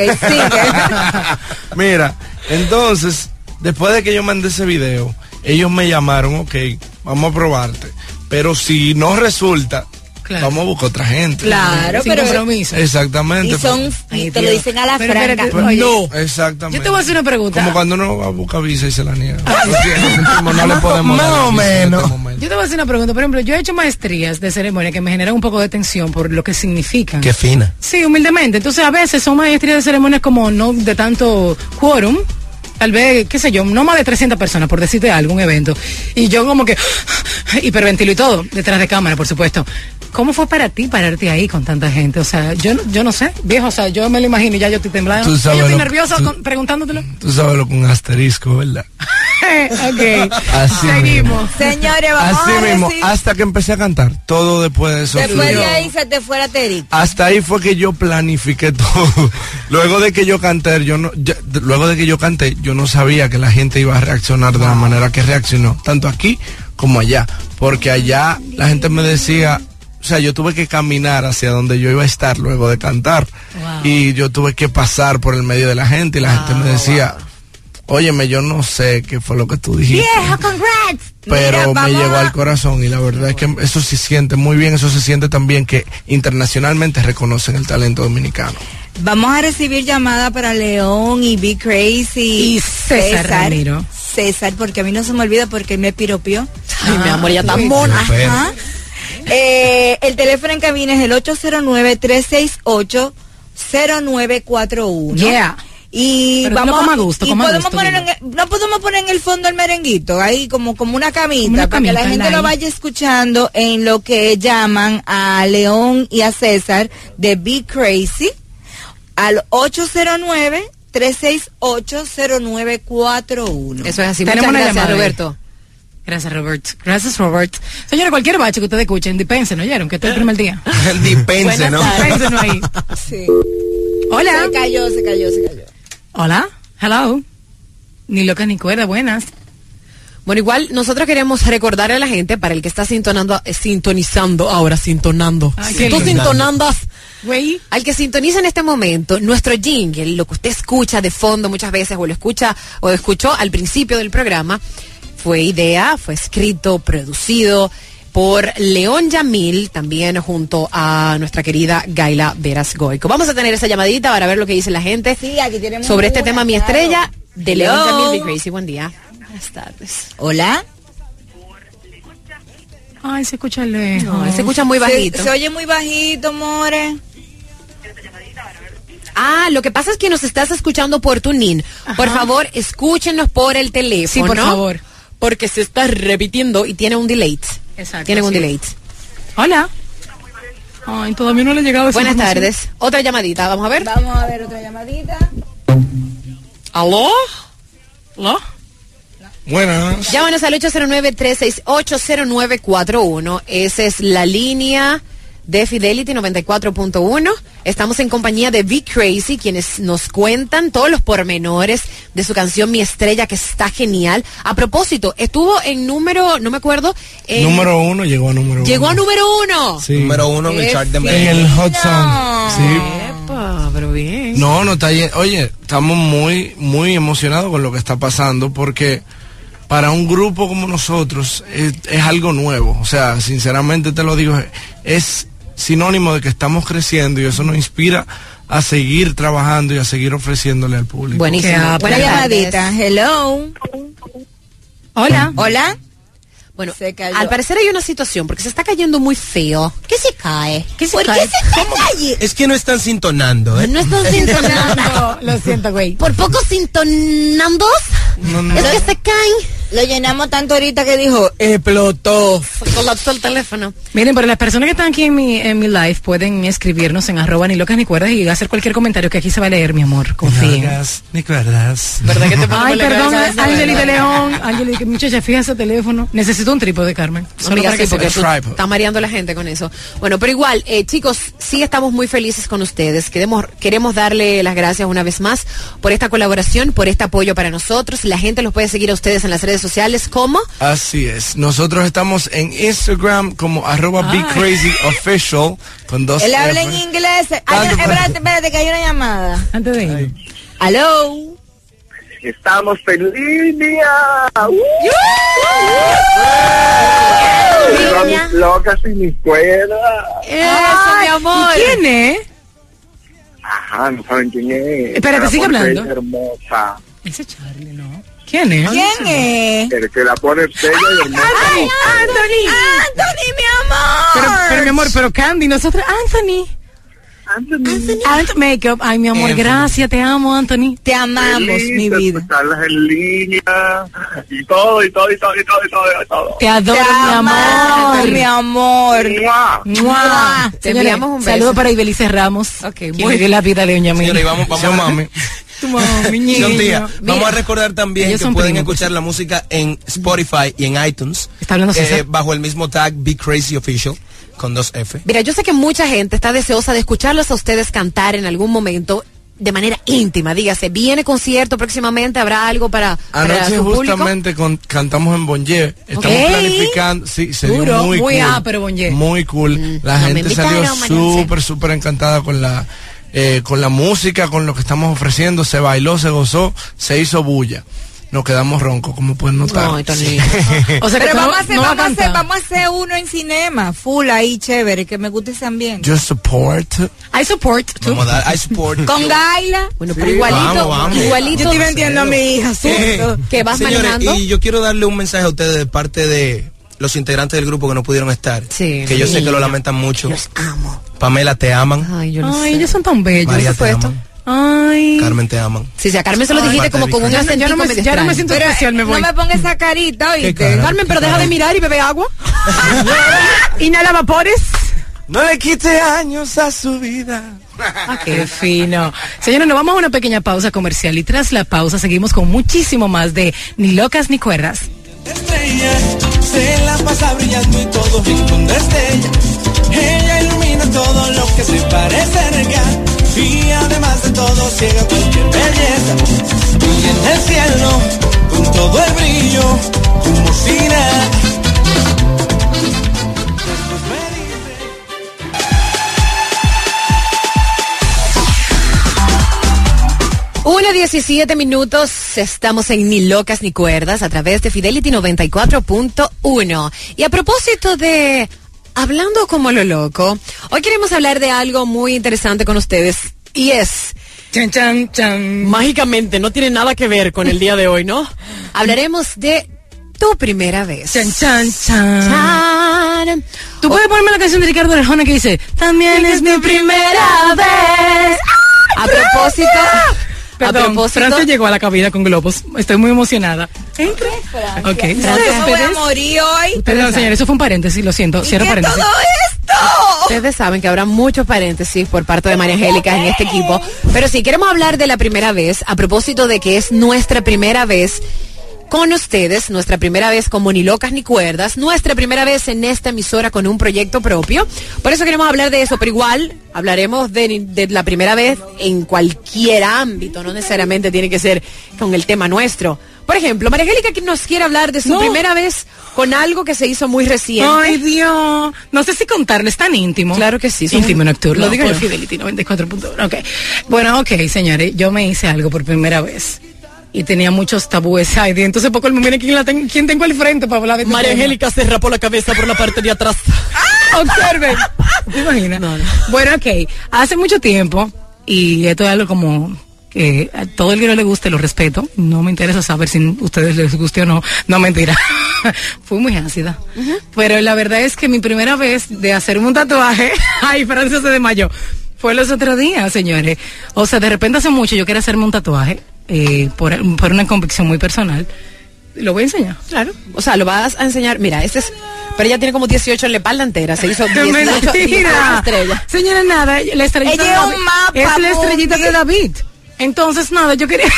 sigue. Mira, entonces, después de que yo mandé ese video, ellos me llamaron, ok, vamos a probarte. Pero si no resulta... Claro. Vamos a buscar otra gente. Claro, sin pero compromiso. Exacamente. Y son, Ay, y te lo dicen a la pero, franca. Pero, pero, no, exactamente. Yo te voy a hacer una pregunta. Como cuando uno va a buscar visa y se la niega. No, no le podemos más o menos. Yo te voy a hacer una pregunta. Por ejemplo, yo he hecho maestrías de ceremonia que me generan un poco de tensión por lo que significan. Qué fina. Sí, humildemente. Entonces, a veces son maestrías de ceremonias como no de tanto quórum. Tal vez, qué sé yo, no más de trescientas personas, por decirte algo, un evento. Y yo como que hiperventilo y todo, detrás de cámara, por supuesto. ¿Cómo fue para ti pararte ahí con tanta gente? O sea, yo, yo no sé, viejo, o sea, yo me lo imagino y ya yo estoy temblando. Yo estoy nerviosa tú, con, preguntándotelo. Tú sabes lo con asterisco, ¿verdad? Ok, así seguimos. Mismo. Señores, vamos así a mismo, decir... hasta que empecé a cantar, todo después de eso. Después de ahí se te fue la asterisco. Hasta ahí fue que yo planifiqué todo. Luego de que yo canté, yo no, ya, luego de que yo canté, yo no sabía que la gente iba a reaccionar de la manera que reaccionó, tanto aquí como allá, porque allá la gente me decía, o sea, yo tuve que caminar hacia donde yo iba a estar luego de cantar, wow. y yo tuve que pasar por el medio de la gente y la wow, gente me decía, wow. óyeme, yo no sé qué fue lo que tú dijiste. ¡Viejo, congrats! Pero Mira, me llegó a... al corazón y la verdad es que eso se siente muy bien, eso se siente también que internacionalmente reconocen el talento dominicano. Vamos a recibir llamada para León y Be Crazy y César, César Ramiro. César, porque a mí no se me olvida porque me piropió. Ay, ah, mi amor, ya está mona. Ajá. Eh, el teléfono en cabina es el ocho cero nueve, tres seis ocho, cero nueve cuatro uno. Yeah. Y pero vamos a gusto, y podemos gusto, poner en el, no podemos poner en el fondo el merenguito ahí como como una camita, como una para camita, que la gente lo vaya escuchando en lo que llaman a León y a César de Be Crazy al ocho cero nueve, tres seis ocho, cero nueve cuatro uno. Eso es así. Muchas gracias, llamada, Roberto. Gracias, Robert. Gracias, Robert. Señores, cualquier bache que ustedes escuchen, dispensen, ¿no oyeron? Que este es el primer día. Dispensen, ¿no? Dispensen ahí. Sí. Hola. Se cayó, se cayó, se cayó. Hola, hello. Ni loca ni cuerda, buenas. Bueno, igual nosotros queremos recordarle a la gente, para el que está sintonando, eh, sintonizando, ahora sintonando. Ay, si tú sintonandas, güey. Al que sintoniza en este momento, nuestro jingle, lo que usted escucha de fondo muchas veces, o lo escucha, o escuchó al principio del programa, fue idea, fue escrito, producido por León Yamil, también junto a nuestra querida Gaila Veras Goico. Vamos a tener esa llamadita para ver lo que dice la gente sí, aquí tenemos sobre este tema Mi Estrella de León Hello. Yamil. Be Crazy. Buen día. Buenas tardes. Hola. Ay, se escucha lejos. No, se escucha muy bajito. Se, se oye muy bajito, more. Ah, lo que pasa es que nos estás escuchando por TuneIn. Por favor, escúchenos por el teléfono. Sí, por favor. Porque se está repitiendo y tiene un delay. Exacto. Tienen un sí. delay. Hola. Ay, todavía no le ha llegado esa Buenas información. tardes. Otra llamadita, vamos a ver. Vamos a ver otra llamadita. ¿Aló? ¿Aló? Buenas. Llámanos al ocho cero nueve, tres seis ocho, cero nueve cuatro uno. Esa es la línea de Fidelity noventa y cuatro punto uno. Estamos en compañía de Be Crazy, quienes nos cuentan todos los pormenores de su canción Mi Estrella, que está genial. A propósito, estuvo en número, no me acuerdo. En, número uno, llegó a número llegó uno. a número uno. Sí. Número uno en el chart de En el Hot Song. Sí. Epa, pero bien. No, no está bien. Oye, estamos muy, muy emocionados con lo que está pasando porque para un grupo como nosotros es, es algo nuevo. O sea, sinceramente te lo digo, es sinónimo de que estamos creciendo y eso nos inspira a seguir trabajando y a seguir ofreciéndole al público. Buenísimo. Buena llamadita. Hello. Hola. Hola. Bueno, Se cayó. al parecer hay una situación, porque se está cayendo muy feo. ¿Qué se cae? ¿Qué se ¿Por cae? qué se cae? Es que no están sintonando, ¿eh? No están sintonando. Lo siento, güey. Por poco sintonando. No, no. Es que se caen. Lo llenamos tanto ahorita que dijo, explotó. Se colapsó el teléfono. Miren, pero las personas que están aquí en mi, en mi live pueden escribirnos en arroba ni locas ni cuerdas y hacer cualquier comentario que aquí se va a leer, mi amor. Confíen. Locas ni cuerdas. ¿Verdad que te pongo Ay, la perdón, cabeza? Angeli de León. Angeli, que muchacha, fija ese teléfono. Necesito un trípode, Carmen. Solo Amiga, para sí, que porque sepas. tú estás mareando la gente con eso. Bueno, pero igual, eh, chicos, sí estamos muy felices con ustedes. Queremos, queremos darle las gracias una vez más por esta colaboración, por este apoyo para nosotros. La gente los puede seguir a ustedes en las redes sociales como... Así es. Nosotros estamos en Instagram como arroba Be Crazy Official con dos Él habla F. en inglés. Ay, Tanto- espérate, espérate, que hay una llamada. Antes de ir. Hello. Estamos en línea. ¡Uh! Línea. Estamos locas y ni cuerda. Eso, Ay, mi amor. ¿y quién es? Ajá, no saben quién es. Espérate, La sigue pone hablando. hermosa. Ese Charlie, ¿no? ¿Quién es? ¿Quién es? El que la pone bella y hermosa. Ay, Anthony. Anthony, mi amor. Pero, pero mi amor, pero Candy, nosotros, Anthony. Anthony. Anthony Makeup. Ay, mi amor, Anthony. gracias, te amo, Anthony. Te amamos, Feliz mi de vida. escucharlas en línea y todo, y todo, y todo, y todo, y todo, y todo. Te adoro, Te mi amamos, amor. mi amor. ¡Mua! ¡Mua! Te Señores, enviamos un beso. saludo para Ibelice Ramos. Ok, quien muy le dio la vida a León Yamil. Señores, y vamos, vamos Gracias, a mami. Tu mami, niño. Son tía. Vamos Mira, a recordar también ellos que son pueden primos, escuchar la música en Spotify y en iTunes. Está hablando eh, César. bajo el mismo tag Be Crazy Official con dos F. Mira, yo sé que mucha gente está deseosa de escucharlos a ustedes cantar en algún momento de manera íntima. Dígase, ¿viene concierto próximamente? ¿Habrá algo para, para Anoche su público? justamente con, cantamos en Bonje. Estamos Ok. planificando. Sí, se dio Duro, muy, muy cool. ápero, Bonje. Muy cool. Mm, La no me gente salió invitaron, Marianse. súper, súper encantada con la eh, con la música, con lo que estamos ofreciendo. Se bailó, se gozó, se hizo bulla. nos quedamos roncos, como pueden notar. No, sí. O sea, pero vamos, no, a hacer, no vamos, a hacer, vamos a hacer uno en cinema, full ahí, chévere, que me guste ese ambiente. Yo support. I support. Too. Vamos a dar, I support. Con Gaila. Bueno, pero sí, igualito, vamos, vamos. igualito. Yo estoy vendiendo a mi hija, eh, que vas señores, manejando. Y yo quiero darle un mensaje a ustedes de parte de los integrantes del grupo que no pudieron estar. Sí. Que yo sé que lo lamentan mucho. Los amo. Pamela, te aman. Ay, yo no Ay, sé. ellos son tan bellos. María, por supuesto. Ay. Carmen, te aman. Sí, sí, a Carmen se lo dijiste como con un acento. Ya no me, ya no me siento pero, especial, me voy. No me ponga esa carita, oíste. Carmen, pero deja de mirar y bebe agua. Inhala vapores. No le quite años a su vida. Qué fino. Señores, nos vamos a una pequeña pausa comercial y tras la pausa seguimos con muchísimo más de Ni Locas Ni Cuerdas. Estrella, se la pasa brillando y todo rincón de estrella. Ella ilumina todo lo que se parece real. Y además de todo ciega cualquier belleza. Y en el cielo, con todo el brillo, como si nada. Una diecisiete minutos, estamos en Ni Locas Ni Cuerdas a través de Fidelity noventa y cuatro punto uno. Y a propósito de hablando como lo loco, hoy queremos hablar de algo muy interesante con ustedes y es... Chan, chan, chan. Mágicamente, no tiene nada que ver con el día de hoy, ¿no? Hablaremos de tu primera vez. Chan, chan, chan. Chan. Tú puedes ponerme la canción de Ricardo Arjona que dice también es mi primera vez. A propósito... Perdón, a propósito, Francia llegó a la cabina con globos. Estoy muy emocionada. Entre. Ok. Francia, voy a morir hoy. Perdón, señor, eso fue un paréntesis, lo siento. Cierro ¿Qué paréntesis. todo esto? Ustedes saben que habrá muchos paréntesis por parte de María Angélica en este equipo. Pero sí, queremos hablar de la primera vez, a propósito de que es nuestra primera vez con ustedes, nuestra primera vez como Ni Locas Ni Cuerdas, nuestra primera vez en esta emisora con un proyecto propio. Por eso queremos hablar de eso, pero igual hablaremos de, de la primera vez en cualquier ámbito, no necesariamente tiene que ser con el tema nuestro. Por ejemplo, María Angélica que nos quiere hablar de su no. primera vez con algo que se hizo muy reciente. Ay, Dios. No sé si contarles tan íntimo. Claro que sí. Íntimo nocturno. Lo digo por yo. Fidelity noventa y cuatro punto uno. Ok. Bueno, ok, señores. Yo me hice algo por primera vez. Y tenía muchos tabúes. Ay, Dios, entonces poco me viene quién, la ten, quién tengo al frente para hablar de este María Angélica se rapó la cabeza por la parte de atrás. Observen. ¿Te imaginas? No, no. Bueno, ok. Hace mucho tiempo, y esto es algo como que a todo el que no le guste lo respeto. No me interesa saber si a ustedes les guste o no. No, mentira. Fui muy ácida. Uh-huh. Pero la verdad es que mi primera vez de hacerme un tatuaje, ay, Francia se desmayó, fue los otros días, señores. O sea, de repente hace mucho yo quería hacerme un tatuaje. Eh, por, por una convicción muy personal. ¿Lo voy a enseñar? Claro. O sea, lo vas a enseñar. Mira, este es... Pero ella tiene como dieciocho en la espalda entera. Se hizo dieciocho estrellas. Señora, nada, la estrellita ella de David, un mapa, es la estrellita de David. Entonces, nada, yo quería...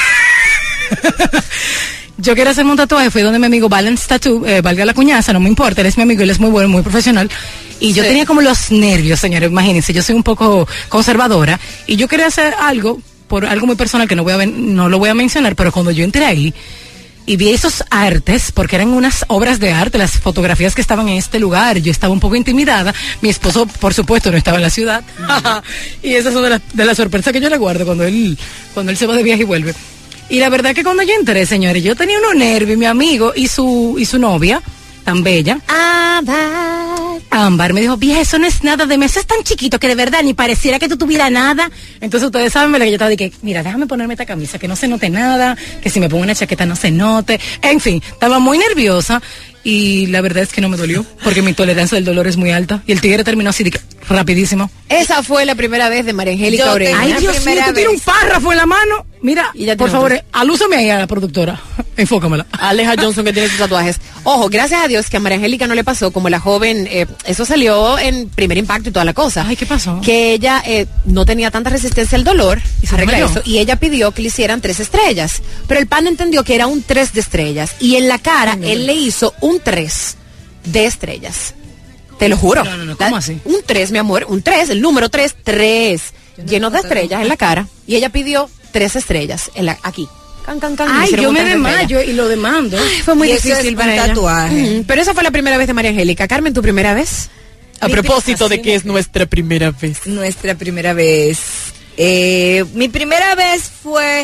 yo quería hacerme un tatuaje. Fui donde mi amigo Balance Tattoo, eh, valga la cuñaza, no me importa, él es mi amigo, él es muy bueno, muy profesional. Y yo sí. tenía como los nervios, señores, imagínense, yo soy un poco conservadora. Y yo quería hacer algo... por algo muy personal que no voy a no lo voy a mencionar, pero cuando yo entré ahí y vi esos artes, porque eran unas obras de arte, las fotografías que estaban en este lugar, yo estaba un poco intimidada, mi esposo por supuesto no estaba en la ciudad, y esas son de las de la sorpresas que yo le guardo cuando él, cuando él se va de viaje y vuelve. Y la verdad que cuando yo entré, señores, yo tenía unos nervios, mi amigo y su, y su novia, tan bella, Ámbar. Ámbar me dijo, vieja, eso no es nada de mí, eso es tan chiquito que de verdad ni pareciera que tú tuvieras nada. Entonces ustedes saben, que yo estaba de que, mira, déjame ponerme esta camisa, que no se note nada, que si me pongo una chaqueta no se note. En fin, estaba muy nerviosa y la verdad es que no me dolió, porque mi tolerancia del dolor es muy alta. Y el tigre terminó así de que, rapidísimo. Esa fue la primera vez de María Angélica Orellana. Ay, Dios mío, tú tienes un párrafo en la mano. Mira, por favor, alúzame ahí a la productora. Enfócamela. Aleja Johnson, que tiene sus tatuajes. Ojo, gracias a Dios que a María Angélica no le pasó como la joven, eh, eso salió en Primer Impacto y toda la cosa. Ay, ¿qué pasó? Que ella eh, no tenía tanta resistencia al dolor, y se arregla eso, y ella pidió que le hicieran tres estrellas. Pero el pan entendió que era un tres de estrellas. Y en la cara, Ay, él le hizo un tres de estrellas. Te lo juro. No, no, no, ¿cómo así? Un tres, mi amor, un tres, el número tres, tres, lleno de estrellas en la cara. Y ella pidió tres estrellas en la, aquí. Can, can, can, Ay, yo me desmayo y lo demando. Ay, fue muy y difícil para ella. Tatuaje. Mm, pero esa fue la primera vez de María Angélica. Carmen, ¿tu primera vez? A mi propósito de que es nuestra primera vez. Nuestra primera vez. Eh, mi primera vez fue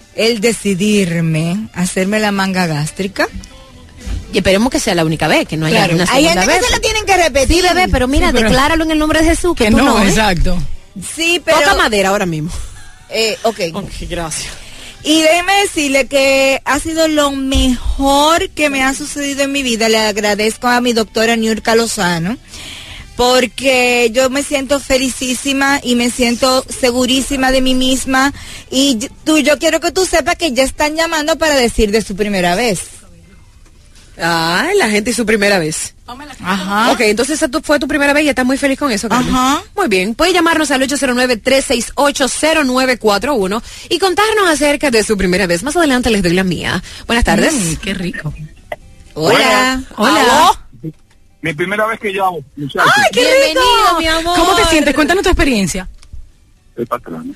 el decidirme a hacerme la manga gástrica. Y esperemos que sea la única vez, que no haya Claro. una Hay segunda gente vez. que se la tienen que repetir. Sí, bebé, pero mira, Sí, pero- decláralo en el nombre de Jesús, que, Que tú no, no, ¿eh? exacto. Sí, pero... Toca madera ahora mismo. Eh, ok. Ok, gracias. Y déjeme decirle que ha sido lo mejor que me ha sucedido en mi vida. Le agradezco a mi doctora Niurka Lozano, porque yo me siento felicísima y me siento segurísima de mí misma. Y y- tú, yo quiero que tú sepas que ya están llamando para decir de su primera vez. Ay, la gente y su primera vez. Ajá. Ok, entonces esa tu- fue tu primera vez y estás muy feliz con eso, Carmen. Ajá. Muy bien, puede llamarnos al ocho cero nueve, tres seis ocho, cero nueve cuatro uno y contarnos acerca de su primera vez. Más adelante les doy la mía. Buenas tardes. Mm, qué rico. Hola. Hola. ¿Aló? Mi primera vez que llamo, muchachos. ¡Ay, qué Bienvenido, rico! mi amor. ¿Cómo te sientes? Cuéntanos tu experiencia. El patrón.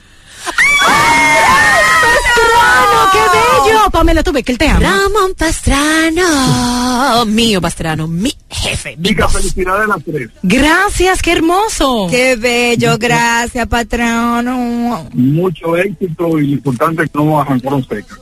¡Pastrano, qué bello! Pamela, tú ves que él te ama. Ramón Pastrano. Mío Pastrano, mi jefe, mi Chica, boss. felicidades a las tres. Gracias, qué hermoso. Qué bello, gracias, patrón. Mucho éxito y lo importante es que no arrancaron seca.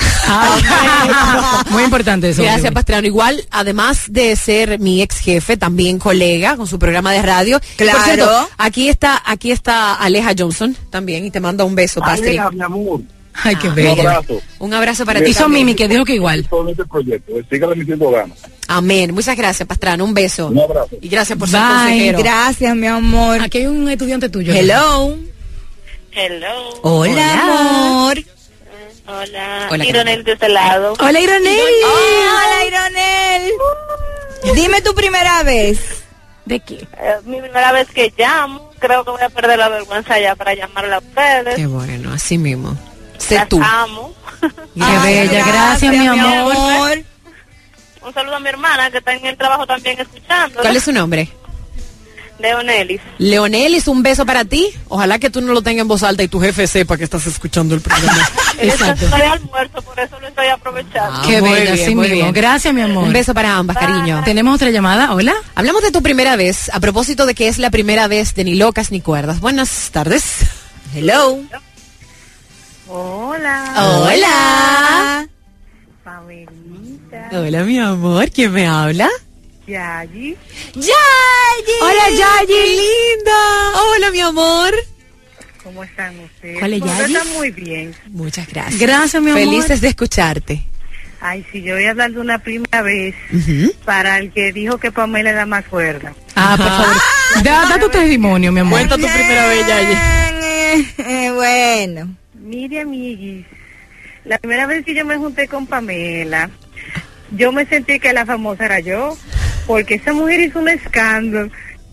Ah, muy importante eso. Gracias, Pastrano. Igual, además de ser mi ex jefe, también colega con su programa de radio. Claro. Por cierto, aquí está, aquí está Aleja Johnson también y te manda un beso, Pastri. Aleja, mi amor. Ay, qué Un bello. abrazo. Un abrazo para Y ti. Hizo también. Mimi, que dijo que igual. Todo este proyecto. Sígale metiendo ganas. Amén. Muchas gracias, Pastrano. Un beso. Un abrazo. Y gracias por ser Bye. consejero. Gracias, mi amor. Aquí hay un estudiante tuyo. Hello. Hello. Hola, Hola. amor. Hola. Hola, Ironel de este lado. Hola, Ironel. Hola, Ironel. Dime tu primera vez. ¿De qué? Eh, mi primera vez que llamo. Creo que voy a perder la vergüenza ya para llamarla a ustedes. Qué bueno, así mismo. Sé Las tú. amo. Qué Ay, bella, gracias, mi amor. Un saludo a mi hermana que está en el trabajo también escuchando. ¿Cuál es su nombre? Leonelis. Leonelis, un beso para ti. Ojalá que tú no lo tengas en voz alta y tu jefe sepa que estás escuchando el programa. Exacto. Estoy de almuerzo, por eso lo estoy aprovechando. Ah, Qué muy bella, bien, sí muy mismo. bien. Gracias, mi amor. Un beso para ambas, cariño. Tenemos otra llamada. Hola. Hablamos de tu primera vez, a propósito de que es la primera vez de Ni Locas ni Cuerdas. Buenas tardes. Hello. Hola. Hola. Pamelita. Hola, mi amor. ¿Quién me habla? Yayi. ¡Yayi! Hola, Yayi. ¡Qué linda! Hola, mi amor. ¿Cómo están ustedes? ¿Cuál es Pues, Yayi? están muy bien. Muchas gracias. Gracias, mi amor. Felices de escucharte. Ay, sí, yo voy a hablar de una primera vez Ujú. para el que dijo que Pamela era más cuerda. Ah, por favor. Da, da tu testimonio, mi amor. Cuenta tu primera vez, Yayi. Eh, eh, bueno. Mire, amiguis, la primera vez que yo me junté con Pamela, yo me sentí que la famosa era yo, porque esa mujer hizo un escándalo.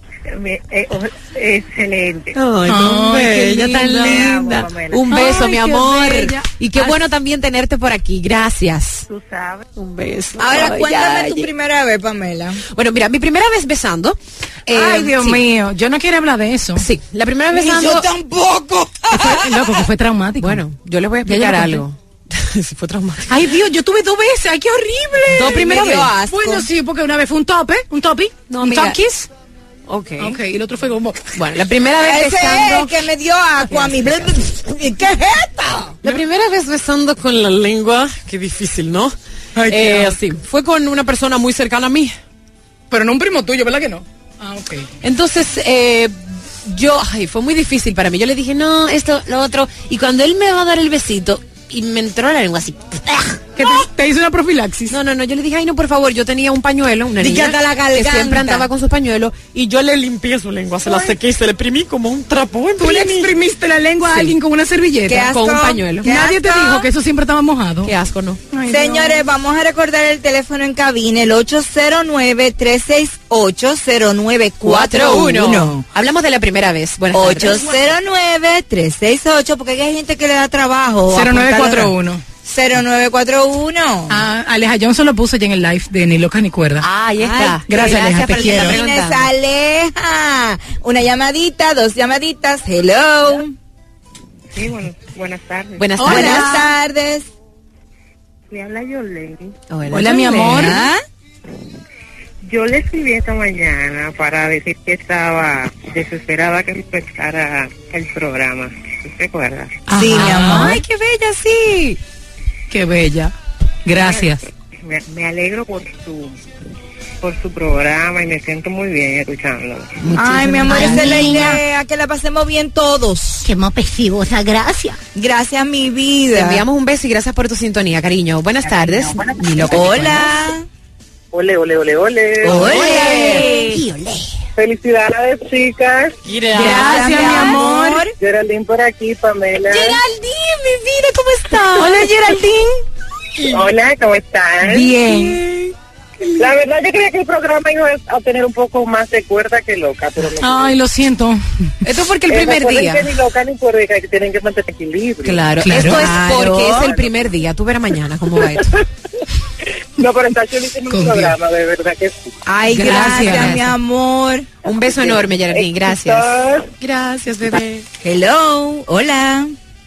Me- eh, oh, excelente. Ay, tan Ay, qué bella, tan linda. linda. Pamela. Un beso, Ay, mi qué amor. bella. Y qué Ay. bueno también tenerte por aquí. Gracias. Tú sabes. Un beso. Ahora Ay, cuéntame tu Yayi. primera vez, Pamela. Bueno, mira, mi primera vez besando. eh, Ay, Dios sí, mío. Yo no quiero hablar de eso. Sí, la primera vez Y besando. yo tampoco. Fue, loco, que fue traumático. Bueno, yo les voy a Ya yo explicar lo algo. Sí, fue traumático. Ay, Dios, yo tuve dos veces. Ay, qué horrible. ¿Dos primeras Me dio veces? asco. Bueno, sí, porque una vez fue un tope, un topi, No, un mira. top kiss. Ok. Ok, y el otro fue como... Bueno, la primera vez Ese es besando. el que me dio agua a mí. ¿Qué es esto? La primera vez besando con la lengua. Qué difícil, ¿no? Ay, qué eh, asco. sí, fue con una persona muy cercana a mí. Pero no un primo tuyo, ¿verdad que no? Ah, ok. Entonces, eh, yo, ay, fue muy difícil para mí. Yo le dije, no, esto, lo otro. Y cuando él me va a dar el besito, y me entró la lengua así. ¿Qué te, te hizo una profilaxis? No, no, no, yo le dije, ay, no, por favor, yo tenía un pañuelo, una Di que niña hasta la que garganta. siempre andaba con sus pañuelos, y yo le limpié su lengua, se la sequé y se le exprimí como un trapo. Tú le exprimiste la lengua a Sí. alguien con una servilleta. Qué asco. Con un pañuelo. Qué Nadie te asco. dijo que eso siempre estaba mojado. Qué asco, ¿no? Ay, Señores, vamos a recordar el teléfono en cabina, el ocho cero nueve, tres seis ocho, cero nueve cuatro uno. Hablamos de la primera vez. Buenas ocho tardes. cero nueve, tres seis ocho, porque hay gente que le da trabajo. cero nueve cuatro apuntarlo. uno. cero nueve cuatro uno. Ah, Aleja Johnson lo puso ya en el live de Ni Locas ni Cuerdas. Ah, ahí está. Ay, gracias, Aleja, te por quiero. estar Inés preguntando. Aleja. Una llamadita, dos llamaditas. Hello. Sí, bueno, buenas tardes. Buenas Hola. tardes. Buenas tardes. Me habla Yolene. Hola, Hola, mi amor. ¿Ah? Yo le escribí esta mañana para decir que estaba desesperada que empezara el programa. ¿te acuerdas? Ajá. Sí, mi amor. Ay, qué bella, sí. Qué bella. Gracias. Me, me alegro por su por su programa y me siento muy bien escuchándolo. Ay, mi amor, esa es la idea, que la pasemos bien todos. Qué más preciosa, gracias. Gracias, mi Te vida. enviamos un beso y gracias por tu sintonía, cariño. Buenas tardes. Ni loca ni Hola. Ole, ole, ole, ole. Ole. Y olé. Felicidades, chicas. Gracias, mi amor. Geraldine por aquí, Pamela. Geraldine, mi vida, ¿cómo estás? Hola, Geraldine. Hola, ¿cómo están? Bien. La verdad yo creía que el programa iba a tener un poco más de cuerda que loca, pero no. Ay, lo siento. Esto es porque el Eh, primer recuerden día. que ni loca ni cuerda, que tienen que mantener equilibrio. Claro, Claro. esto es Claro. porque es el primer día. Tú verás mañana cómo va esto. No, pero está chulísimo Con el Dios. programa, de verdad que sí. Ay, Gracias. gracias, mi amor. Un beso enorme, Geraldine. Gracias. Éxitos. Gracias, bebé. Hello. Hola.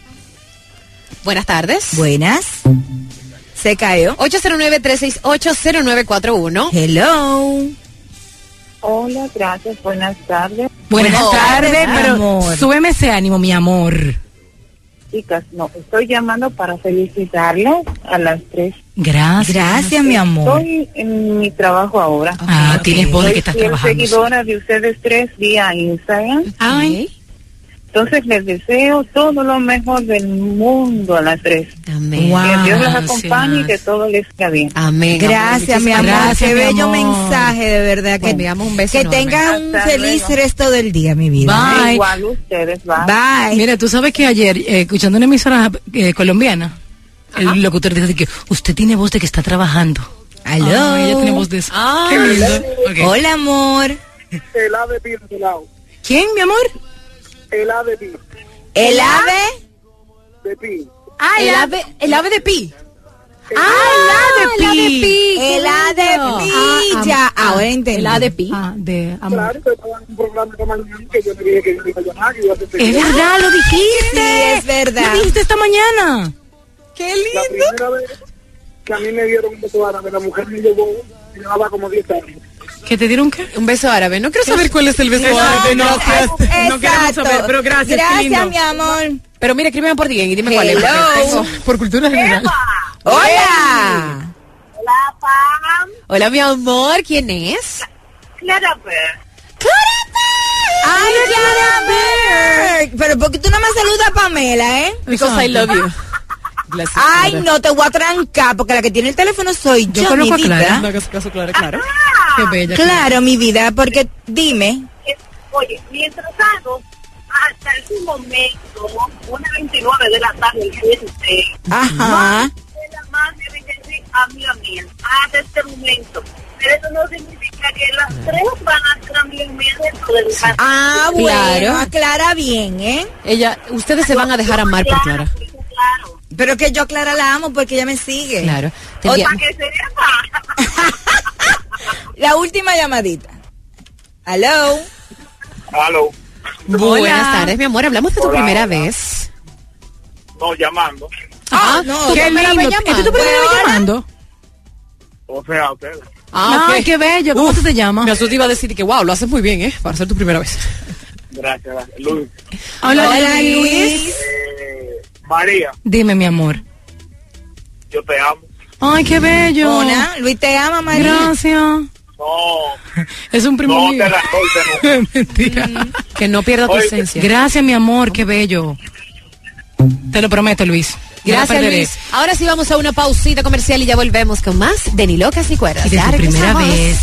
Buenas tardes. Buenas. Se cayó. ocho cero nueve, tres seis ocho, cero nueve cuatro uno. Hello. Hola, gracias, buenas tardes. Buenas Buenas tardes, tardes, pero amor. súbeme ese ánimo, mi amor. Chicas, no, estoy llamando para felicitarlas a las tres. Gracias. Gracias, mi amor. Estoy en mi trabajo ahora. Ah, tienes voz de Soy que estás fiel trabajando. seguidora de ustedes tres vía Instagram. Ay, Entonces les deseo todo lo mejor del mundo a las tres. Amén. Wow. Que Dios las Gracias. acompañe y que todo les sea bien. Amén. Gracias, mi amor. gracias, Qué mi bello amor. mensaje, de verdad. Te Que, enviamos un beso que enorme. tengas un Hasta feliz luego. resto del día, mi vida. Bye. Igual ustedes, va. Bye. mira, tú sabes que ayer, eh, escuchando una emisora eh, colombiana, el locutor dice que usted tiene voz de que está trabajando. Aló. Ay, ella tiene voz de eso. Ah. Qué lindo. Ok. Hola, amor. El ave pino de lado. ¿Quién, mi amor? El ave pino. El ave. De pino. Ah, el ave, el ave de pi. Ah, el ave de pi. El ave pi. Ah, Ya, ah, ahora entendí. El ave de pi. Ah, de amor. Claro, que estaba en un programa esta mañana que yo le dije que yo no iba a llamar, que iba a hacer Es verdad, lo dijiste. Sí, es verdad. Lo dijiste esta mañana. Qué La lindo. primera vez que a mí me dieron un beso árabe, la mujer me llevó, llevaba como diez años. ¿Que te dieron qué? Un beso árabe. No quiero saber cuál es el beso No, árabe. no, gracias. no queremos saber, pero gracias, qué Gracias, lindo. mi amor. Pero mira, escríbeme por D M y dime cuál es. Hello. porque tengo- Por cultura general. Hola. Hola, Pam. Hola, mi amor. ¿Quién es? Clara Ver. Ay, Clara Bird. Pero ¿por qué tú no me saludas a Pamela, eh? Because I love you. Gracias, Ay, Clara. no, te voy a trancar, porque la que tiene el teléfono soy yo, Yo conozco mi a Clara. vida. No hagas caso, Clara, claro. Qué bella. Claro, mi vida, porque dime. Oye, mientras tanto, hasta ese momento, una veintinueve de la tarde, el dieciséis, Ajá. de la más de decir a mi amiga, hasta este momento. Pero eso no significa que las tres van a cambiar dentro del caso. Ah, Claro. bueno, aclara bien, ¿eh? Ella, ustedes se van a dejar amar por Clara. Claro, Pero que yo a Clara la amo porque ella me sigue. Claro. Te Otra envia- que se sepa. La última llamadita. Aló. Aló. Buenas tardes, mi amor. Hablamos de tu Hola, primera hola. vez. No, llamando. Ah, no. tu Qué primera lindo. vez ¿Es tu llamando. primera vez Bueno. llamando? O sea, ustedes. Ah, Ay, ok. qué bello. ¿Cómo Uf, tú te llamas? Me asusté, iba a decir que wow, lo haces muy bien, ¿eh? Para ser tu primera vez. Gracias, gracias. Luis. Hola, Hola, Luis. Luis. Eh, María, Dime, mi amor. yo te amo. Ay, qué bello. Hola, Luis te ama, María. Gracias. No, Es un primo no mío. te la soltes, no. Mentira. Que no pierda tu Oye, esencia. Gracias, mi amor, qué bello. Te lo prometo, Luis. No la Gracias, perderé. Luis. Ahora sí vamos a una pausita comercial y ya volvemos con más de Ni Locas Ni Cuerdas. Y de Ya tu primera regresamos. vez.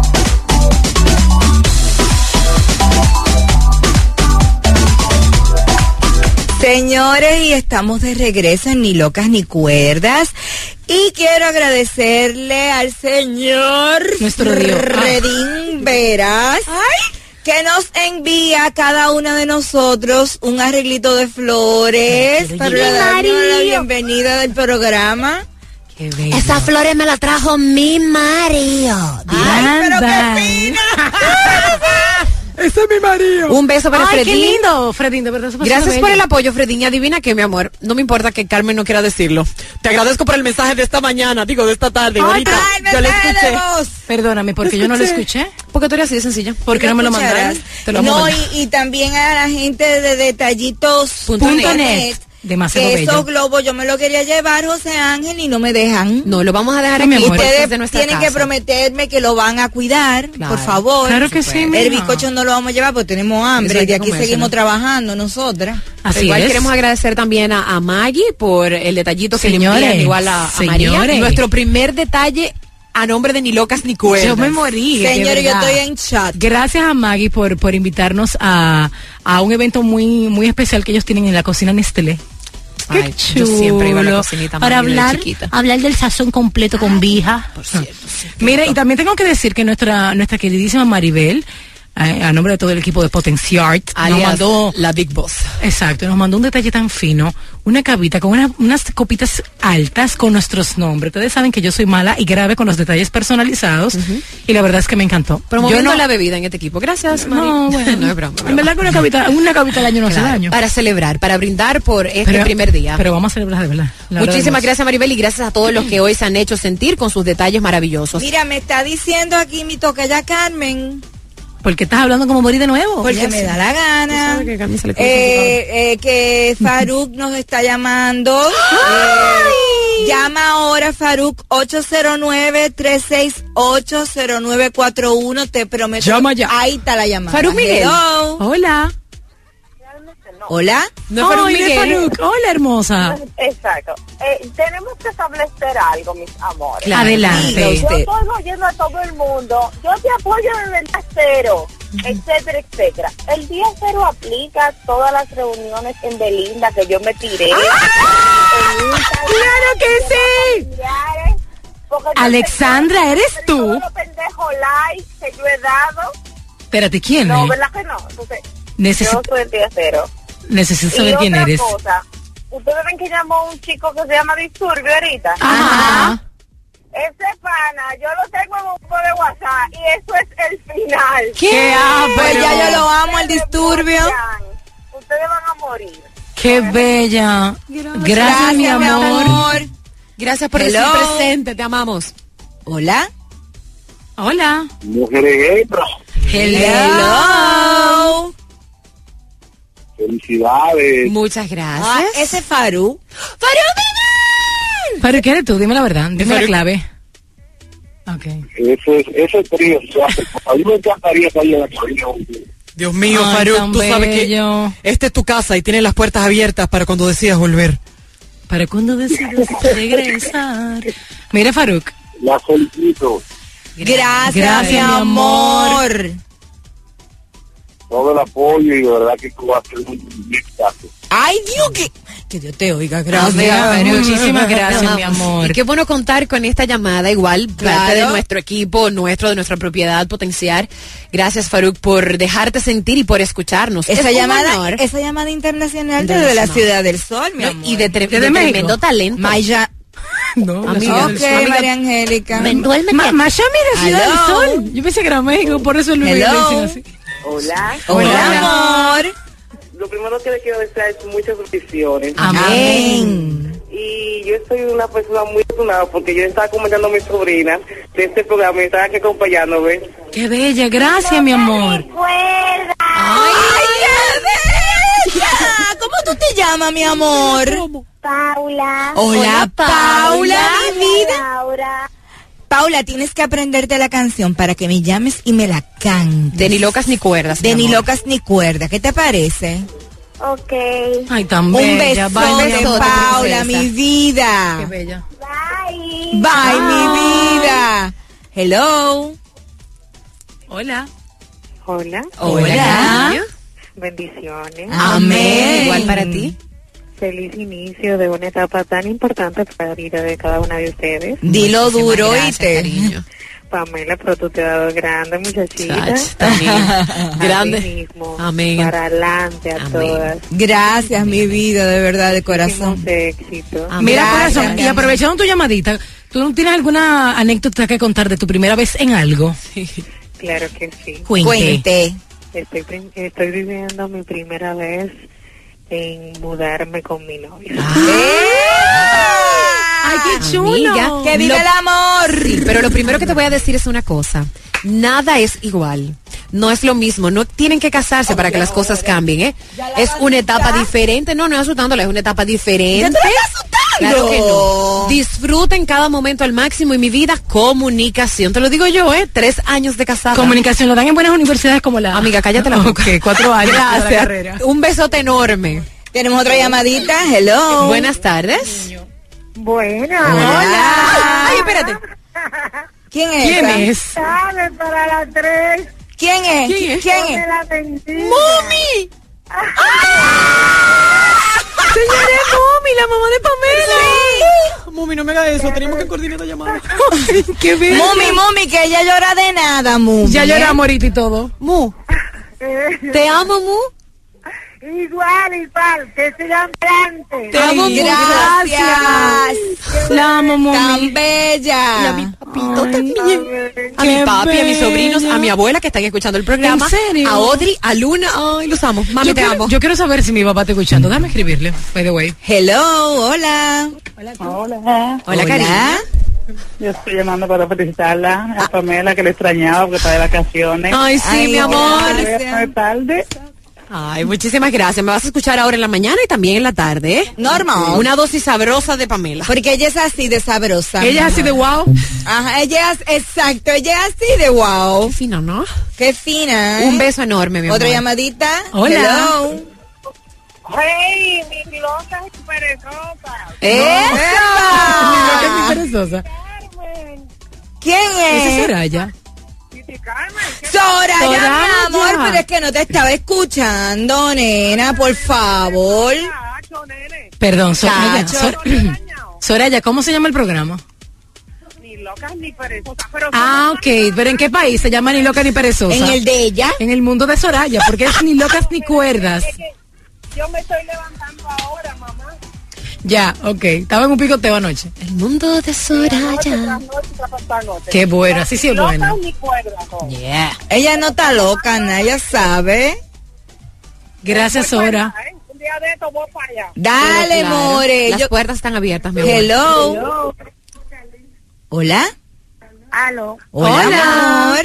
Señores, y estamos de regreso en Ni Locas Ni Cuerdas. Y quiero agradecerle al señor Nuestro Dios. Ah. Redín Veras, que nos envía a cada uno de nosotros un arreglito de flores Ay, para pero darnos la Mario. bienvenida del programa. Qué bello. Esas flores me las trajo mi Mario. Ay, pero qué Anda. fina. Ese es mi marido. Un beso para Ay, Fredín. qué lindo, Fredín, de verdad. Eso Gracias pasó por bello. el apoyo, Fredín. Y adivina qué, mi amor. No me importa que Carmen no quiera decirlo. Te agradezco por el mensaje de esta mañana, digo, de esta tarde. Ay, ahorita ay, yo le mensaje de escuché. voz. Perdóname, porque yo no lo escuché. Porque tú eres así de sencilla. ¿Por qué no me lo mandaron? Te lo No, vamos a y, mandar. y también a la gente de detallitos Punto Punto net. net. Demasiado que bello. esos globos yo me lo quería llevar, José Ángel, y no me dejan. No, lo vamos a dejar Sí, mi aquí. amor. Ustedes Ustedes de nuestra tienen que casa. prometerme que lo van a cuidar, Claro. por favor. Claro que sí, mija. El bizcocho no lo vamos a llevar porque tenemos Eso hambre hay y de que aquí comérselo. seguimos trabajando nosotras. Así Igual es. queremos agradecer también a, a Maggie por el detallito que Señores, le envían igual a, a María. señores. Nuestro primer detalle a nombre de Ni Locas Ni Cuerdas. Yo me morí. de Señores, yo verdad. estoy en chat. Gracias a Maggie por, por invitarnos a, a un evento muy, muy especial que ellos tienen en la cocina Nestlé. Qué Ay, yo siempre iba a la chulo. cocinita para Maggie desde hablar, chiquita. hablar del sazón completo con vija. Por cierto. Mire, y también tengo que decir que nuestra nuestra queridísima Maribel, eh, a nombre de todo el equipo de Potenciart, nos Alias, mandó la Big Boss. exacto, nos mandó un detalle tan fino, una cavita con una- unas copitas altas con nuestros nombres. Ustedes saben que yo soy mala y grave con los detalles personalizados y la verdad es que me encantó. Promoviendo Yo no- la bebida en este equipo. Gracias, Mari. No, bueno, no es broma. en verdad que una cavita, una cavita al año no hace Claro, daño. para celebrar, para brindar por este Pero- primer día. Pero vamos a celebrar de verdad. la verdad Muchísimas de gracias, Maribel, y gracias a todos los que hoy se han hecho sentir con sus detalles maravillosos. Mira, me está diciendo aquí mi tocaya Carmen, Dios. ¿Por qué estás hablando como morir de nuevo? porque Ya me sé. da la gana, Tú sabes que Carmen se le cruza eh, eh, que Faruk nos está llamando. Eh, llama ahora, Faruk, ocho cero nueve, tres seis ocho, cero nueve cuatro uno. Te prometo. Llama ya. Ahí está la llamada. Faruk Miguel. Hello. Hola. Hola. No, Faruk Ay, de Miguel. Faruk. Hola, hermosa. Exacto. Eh, tenemos que establecer algo, mis amores. Claro. Adelante. Diga Yo usted. estoy oyendo a todo el mundo. Yo te apoyo en el día cero, etcétera, etcétera. El día cero aplica a todas las reuniones en Belinda que yo me tiré. ¡Ah! ¡Claro que sí! Familiares, porque yo Alexandra, sé- ¿eres tú? Todos los pendejos likes que yo he dado. Espérate, ¿quién No, es? ¿verdad que no? Entonces, Necesito, yo soy el día cero. necesito Y saber quién otra eres. cosa, ustedes ven que llamó un chico que se llama Disturbio ahorita. Ajá. Ese pana, yo lo tengo en un grupo de WhatsApp y eso es el final. ¿Qué? Ah, Pues pero- ya yo lo amo, el disturbio. Ustedes van a morir. Qué bella. Gracias, mi amor. Gracias por Hello. estar presente, te amamos. Hola. Hola. Mujeres hembras, Hello. felicidades. Muchas gracias. Ah, ese es Faruk. ¿Pero qué eres tú? Dime la verdad. Dime la clave. Ok. Ese, ese trío, a mí me encantaría estar en la cabina. Dios mío, Ay, Faruk, tan tú sabes bello. que esta es tu casa y tienes las puertas abiertas para cuando decidas volver. ¿Para cuándo decides regresar? Mira, Faruk. La felicito. Gracias, Gracias, mi mi amor. amor. Todo el apoyo y de verdad que tú vas a ser un dictazo. Ay, Dios, que, que Dios te oiga. Gracias, Gracias. muchísimas gracias, Te mi amamos. amor. Y qué bueno contar con esta llamada, igual, Claro. parte de nuestro equipo, nuestro, de nuestra propiedad potenciar. Gracias, Faruk, por dejarte sentir y por escucharnos. Esa Es un llamada, honor. esa llamada internacional desde Internacional. la Ciudad del Sol, mi ¿no? amor. Y de, tre- ¿Desde de México? tremendo talento. Maya. No, la Amiga Ciudad Ok, del Sol. María Angélica. Duérmete. Ma- Miami de Ciudad Hello. del Sol. Yo pensé que era México, por eso el Hello. así. Hola. Hola, amor. Lo primero que le quiero desear es muchas bendiciones. Amén. Y yo soy una persona muy afortunada porque yo estaba comentando a mi sobrina de este programa y estaba aquí acompañándome. Qué bella, gracias, mi amor. Ay, qué bella. ¿Cómo tú te llamas, mi amor? Paula. Hola, Paula, mi vida. Laura. Paula, tienes que aprenderte la canción para que me llames y me la cantes. De ni locas ni cuerdas. De mi ni amor. locas ni cuerda. ¿Qué te parece? Ok. Ay, tan Un bella. beso Bye, de besote, Paula, princesa. mi vida. Qué bella. Bye. Bye, mi vida. Hello. Hola. Hola. Hola. Bendiciones. Amén. Igual para ti. Feliz inicio de una etapa tan importante para la vida de cada una de ustedes. Dilo Muchísimas duro, gracias, oíste. cariño. Pamela, pero tú te has dado grande, muchachita. Chach, también. Grande. Así mismo, Amén. Para adelante a Amén. todas. Gracias, mi vida, de verdad, de corazón. Muchísimos éxitos. Amén. Mira, Gracias, corazón, mi y amor. aprovechando tu llamadita, ¿tú no tienes alguna anécdota que contar de tu primera vez en algo? Claro que sí. Cuente. Cuente. Estoy, prim- estoy viviendo mi primera vez en mudarme con mi novio. ¡Ay, qué chulo! Amiga, ¡Que vive lo- el amor! Sí, pero lo primero que te voy a decir es una cosa. Nada es igual. No es lo mismo. No tienen que casarse para que las cosas cambien, ¿eh? Es una etapa diferente. No, no es asustándola, es una etapa diferente. ¡Ya te la estás asustando! Claro que no. Disfruten cada momento al máximo. Y mi vida, comunicación. Te lo digo yo, ¿eh? Tres años de casada. Comunicación, lo dan en buenas universidades como la... Amiga, cállate la boca. Ok, cuatro años de la Gracias. carrera. Un besote enorme. Tenemos otra llamadita. Hello. Buenas tardes. Buena. Hola. Ay, espérate. ¿Quién es? ¿Quién esa? es? Sale para las tres. ¿Quién es? ¿Quién es? ¿Quién Me es? la bendiga. ¡Mami! Señora Mumi, la mamá de Pamela. Mami, no me haga eso, tenemos que coordinar esta llamada. ¡Qué bello! Mumi, Mumi, que ella llora de nada, Mumi. Ya ¿eh? lloramos ahorita y todo. Mu. Te amo, Mu. Igual, igual, que sigan adelante. Te amo, Mu. Gracias. La amo, Mumi. Tan bella. Y a mi papito también. A Qué mi papi, a mis sobrinos, bello. a mi abuela que están escuchando el programa. ¿En serio? A Audrey, a Luna. Ay, los amo. Mami, Yo te quiero, amo. yo quiero saber si mi papá está escuchando. Déjame escribirle, by the way. Hello, hola. Hola. Hola, cariño. Yo estoy llamando para felicitarla a Pamela, que le extrañaba porque está de vacaciones. Ay, sí, Ay, mi amor. gracias. Buenas tardes. Ay, muchísimas gracias. Me vas a escuchar ahora en la mañana y también en la tarde, ¿eh? Normal. Una dosis sabrosa de Pamela. Porque ella es así de sabrosa. Ella es así de wow. Ajá, ella es, exacto, ella es así de wow. Qué fino, ¿no? Qué fina. ¿eh? Un beso enorme, mi amor. Otra llamadita. Hola. Hello. ¡Hey, mis locas y perezosas! ¡Esa! Qué perezosa. Carmen, ¿Quién Esa es es? Soraya. Titi Carmen, ¿qué Soraya, Soraya. mi amor, pero es que no te estaba escuchando, nena, por favor. cacho, nene? Perdón, Soraya. Chacho. Sor- Soraya, ¿cómo se llama el programa? Ni locas ni perezosas, pero... Ah, ok. ¿Pero en qué país se llama Ni Loca ni Perezosa? En el de ella. En el mundo de Soraya, porque es Ni Locas ni Cuerdas. Es que yo me estoy levantando ahora, mamá. Ya, ok. Estaba en un picoteo anoche. El mundo de Soraya. Noche tras noche tras noche. Qué bueno, así sí es Locas bueno. ni cuerdas, joven. Yeah. Ella no está loca, na, ella sabe. Gracias, Sora. ¿Eh? Un día de esto voy para allá. Dale, Pero claro, more. Las Yo- puertas están abiertas, mi amor. Hello. Hola. Aló. Hola, Hola. amor.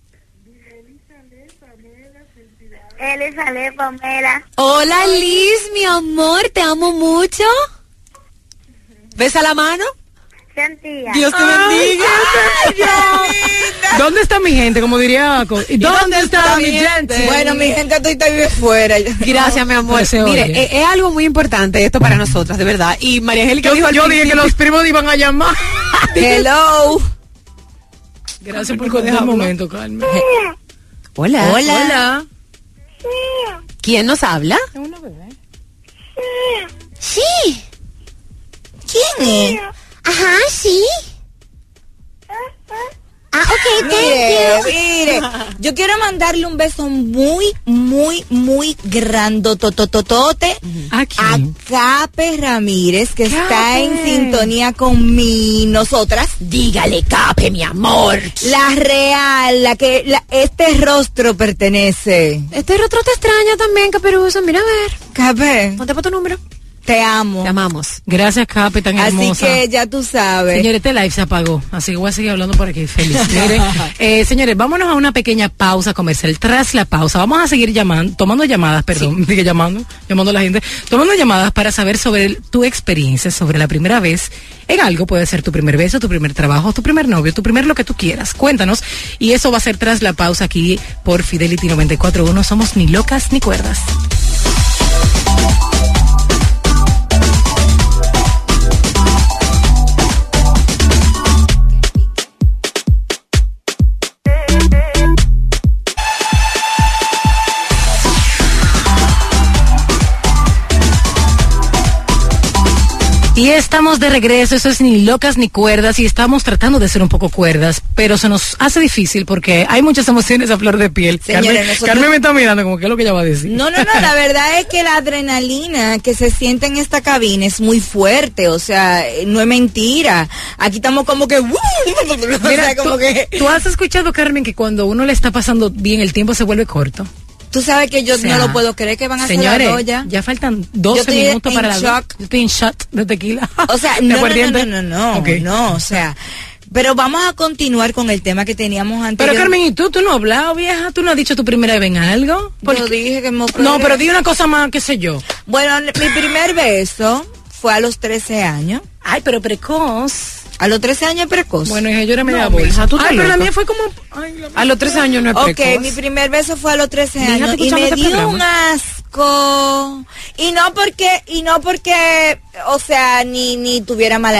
Elizabeth Pamela. Hola, Liz, mi amor. Te amo mucho. ¿Besa la mano? Sentía. Dios te bendiga. ¿Dónde está mi gente? Como diría Aco. ¿Y dónde está mi gente? Bueno, mi gente, tú estás bien fuera. Gracias, mi amor. Pero se Mire, oye. es, es algo muy importante esto para nosotras, de verdad. Y María Angélica Yo, dijo al yo dije que principio- los primos iban a llamar. Hello. Gracias por contar el momento, Carmen. Hola. Hola. Hola. ¿Quién nos habla? Sí. ¿Quién es? Ajá, sí. Ah, ok, Mire, thank you. mire, yo quiero mandarle un beso muy, muy, muy grandotototote ¿A a quién? Cape Ramírez, que está Cape. en sintonía con mi, nosotras. Dígale, Cape, mi amor. La real, la que la, este rostro pertenece. Este rostro te extraña también, Caperuso. Mira a ver. Cape, Ponte por tu número. te amo. Te amamos. Gracias, Cape, tan Así hermosa. que ya tú sabes. Señores, este live se apagó, así que voy a seguir hablando por aquí, feliz. Mire, eh, señores, vámonos a una pequeña pausa comercial. Tras la pausa, vamos a seguir llamando, tomando llamadas, perdón, sigue llamando, llamando a la gente, tomando llamadas para saber sobre el- tu experiencia, sobre la primera vez en algo. Puede ser tu primer beso, tu primer trabajo, tu primer novio, tu primer lo que tú quieras. Cuéntanos. Y eso va a ser tras la pausa aquí por Fidelity noventa y cuatro punto uno. Somos ni locas ni cuerdas. Y estamos de regreso, eso es Ni Locas ni Cuerdas, y estamos tratando de ser un poco cuerdas, pero se nos hace difícil porque hay muchas emociones a flor de piel. Señores, Carmen, nosotros- Carmen me está mirando como que es lo que ella va a decir. No, no, no, la verdad es que la adrenalina que se siente en esta cabina es muy fuerte, o sea, eh, no es mentira. Aquí estamos como que... o Mira, sea, como tú, que... tú has escuchado, Carmen, que cuando uno le está pasando bien el tiempo se vuelve corto. Tú sabes que yo O sea, no lo puedo creer que van a señores, hacer las dos ya. Ya faltan doce Yo estoy minutos en para la shock. Yo estoy en shot de tequila. O sea, ¿De no, no, no, aguardiente? no, no, no, Okay. no, o sea, pero vamos a continuar con el tema que teníamos antes. Pero Carmen, ¿y tú? ¿Tú no has hablado, vieja? ¿Tú no has dicho tu primera vez en algo? Yo dije que me No, pero di una cosa más, qué sé yo. Bueno, mi primer beso fue a los trece años. Ay, pero precoz. A los trece años precoz. Bueno, hija, yo era media No, bolsa. mija, tú Ay, estás pero la loca. mía fue como... Ay, la- A los trece años no es Ok, precoz. mi primer beso fue a los trece Mija, años ¿te y escuchamos me este dio programa? un asco. Y no porque, y no porque, o sea, ni, ni tuviera mal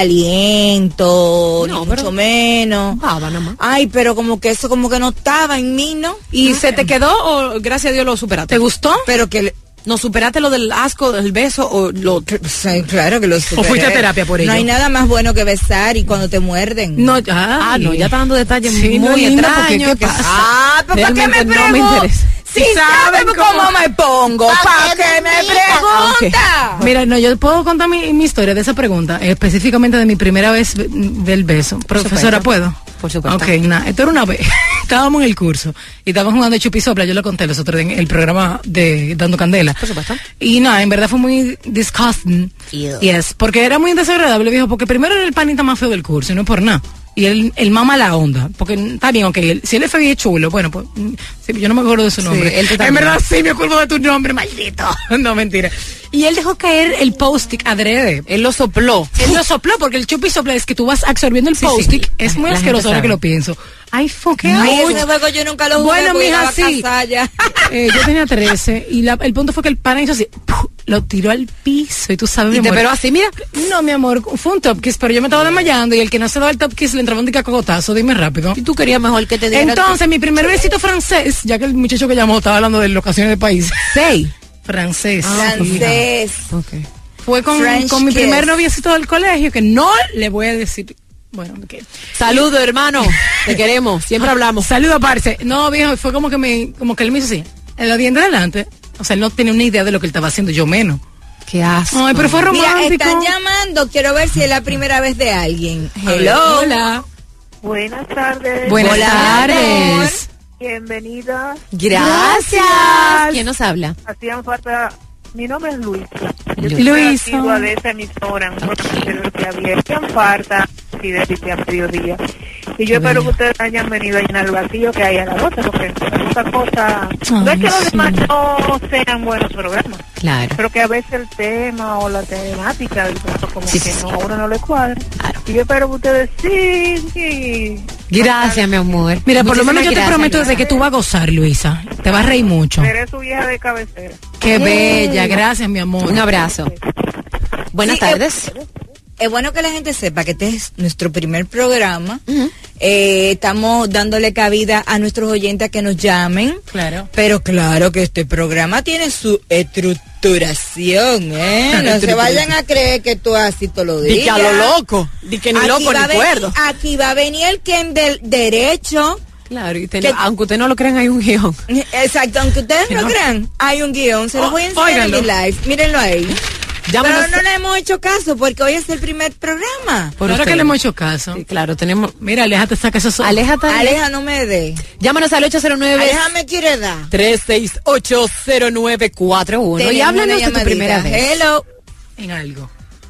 aliento, No, ni pero- mucho menos. Baba nada más. Ay, pero como que eso como que no estaba en mí, ¿no? ¿Y se te quedó o gracias a Dios lo superaste? ¿Te gustó? Pero que le- ¿No superaste lo del asco, del beso o lo... sí, claro que lo superé. fuiste a terapia por ello? No hay nada más bueno que besar y cuando te muerden. No, ya. Ah, no, ya está dando detalles Sí, no, muy linda, porque extraños. ¿qué que- pasa? Ah, pero ¿para qué me Realmente no me preguntas? interesa. Si ¿Y saben saben cómo, cómo me pongo, ¿para qué me pregunta? Mira, no, yo puedo contar mi, mi historia de esa pregunta, específicamente de mi primera vez be- del beso. Profesora, supuesto. ¿puedo? Por supuesto. Ok, nada, esto era una vez. Estábamos en el curso y estábamos jugando chupisopla, yo lo conté los otros días en el programa de Dando Candela. Por supuesto. Y nada, en verdad fue muy disgusting. Ew. Yes, porque era muy desagradable, viejo, porque primero era el panita más feo del curso y no es por nada. Y él, él mama la onda, porque está bien, ok, él- si él es feo y es chulo, bueno, pues, mm, sí, yo no me acuerdo de su Sí, nombre. él te En también. verdad sí me acuerdo de tu nombre, maldito. No, mentira. Y él dejó caer el post-it adrede. Él lo sopló. Él lo sopló porque el chupi sopla es que tú vas absorbiendo el Sí, post-it. sí. Es muy La gente asqueroso ahora sabe. que lo pienso. Ay, fuck. Ay, ese juego yo nunca lo jugué Bueno, porque mija, estaba sí. casada ya. Eh, yo tenía trece y la- el punto fue que el pana hizo así, ¡puf! Lo tiró al piso y tú sabes, Y mi te amor. pero así, mira. No, mi amor, fue un top kiss, pero yo me estaba desmayando y el que no se daba el top kiss le entraba un cogotazo, dime rápido. Y tú querías mejor que te diera... Entonces, mi primer besito francés, ya que el muchacho que llamó estaba hablando de locaciones de país. Seis. Francés. Francés. Ok. Fue con, French con mi kiss. primer noviecito del colegio, que no le voy a decir. Bueno, que. Saludos, hermano. Te queremos. Siempre hablamos. Saludo, parce. No, viejo, fue como que me, como que él me hizo así, en los dientes delante. O sea, él no tenía una idea de lo que él estaba haciendo, yo menos. Qué asco. Ay, pero fue romántico. Mira, están llamando, quiero ver si es la primera vez de alguien. A ver, Hello. Hola. Buenas tardes. Buenas Hola, mi amor. tardes. Bienvenidas. Gracias. ¿Quién nos habla? Hacían falta. Mi nombre es Luisa. Yo Luisa. soy Luisa. antigua de esa emisora, un programa que había. Hacían falta y de a mediodía. Y yo espero que ustedes hayan venido a llenar el vacío que hay a la otra, porque esa cosa. No es que los sí. demás no sean buenos programas, Claro. pero que a veces el tema o la temática del programa como Sí, que sí, no, sí. a uno no le cuadra. Claro. Y yo espero que ustedes sí, sí. Gracias, mi amor. Mira, por lo Muchísimas menos yo te gracias, prometo Luisa. de que tú vas a gozar, Luisa. Te vas a reír mucho. Seré su vieja de cabecera. Qué bella, gracias, mi amor. Un abrazo. Buenas Sí, tardes. Es bueno que la gente sepa que este es nuestro primer programa. Eh, estamos dándole cabida a nuestros oyentes a que nos llamen. Claro. Pero claro que este programa tiene su estructuración, ¿eh? No se vayan a creer que tú así te lo Di digas. que a lo loco. Di que ni Aquí loco va ni a venir- cuerdo. Aquí va a venir el que del derecho. Claro, y ten- Que- aunque usted no lo crean, hay un guión. Exacto, aunque ustedes no, no. crean, hay un guión. Se lo Oh, voy a enseñar en óiganlo. mi live. Mírenlo ahí. Llámanos. Pero no le hemos hecho caso porque hoy es el primer programa. Por Ahora usted. que le hemos hecho caso. Sí, claro, tenemos... Mira, aléjate, saca esos ojos. Aléjate. Aleja, no me dé. Llámanos al ocho cero nueve, Aleja me quiere dar. tres seis ocho, cero nueve cuatro uno y Tenemos háblanos una de tu llamadita. primera vez. Hello. En algo.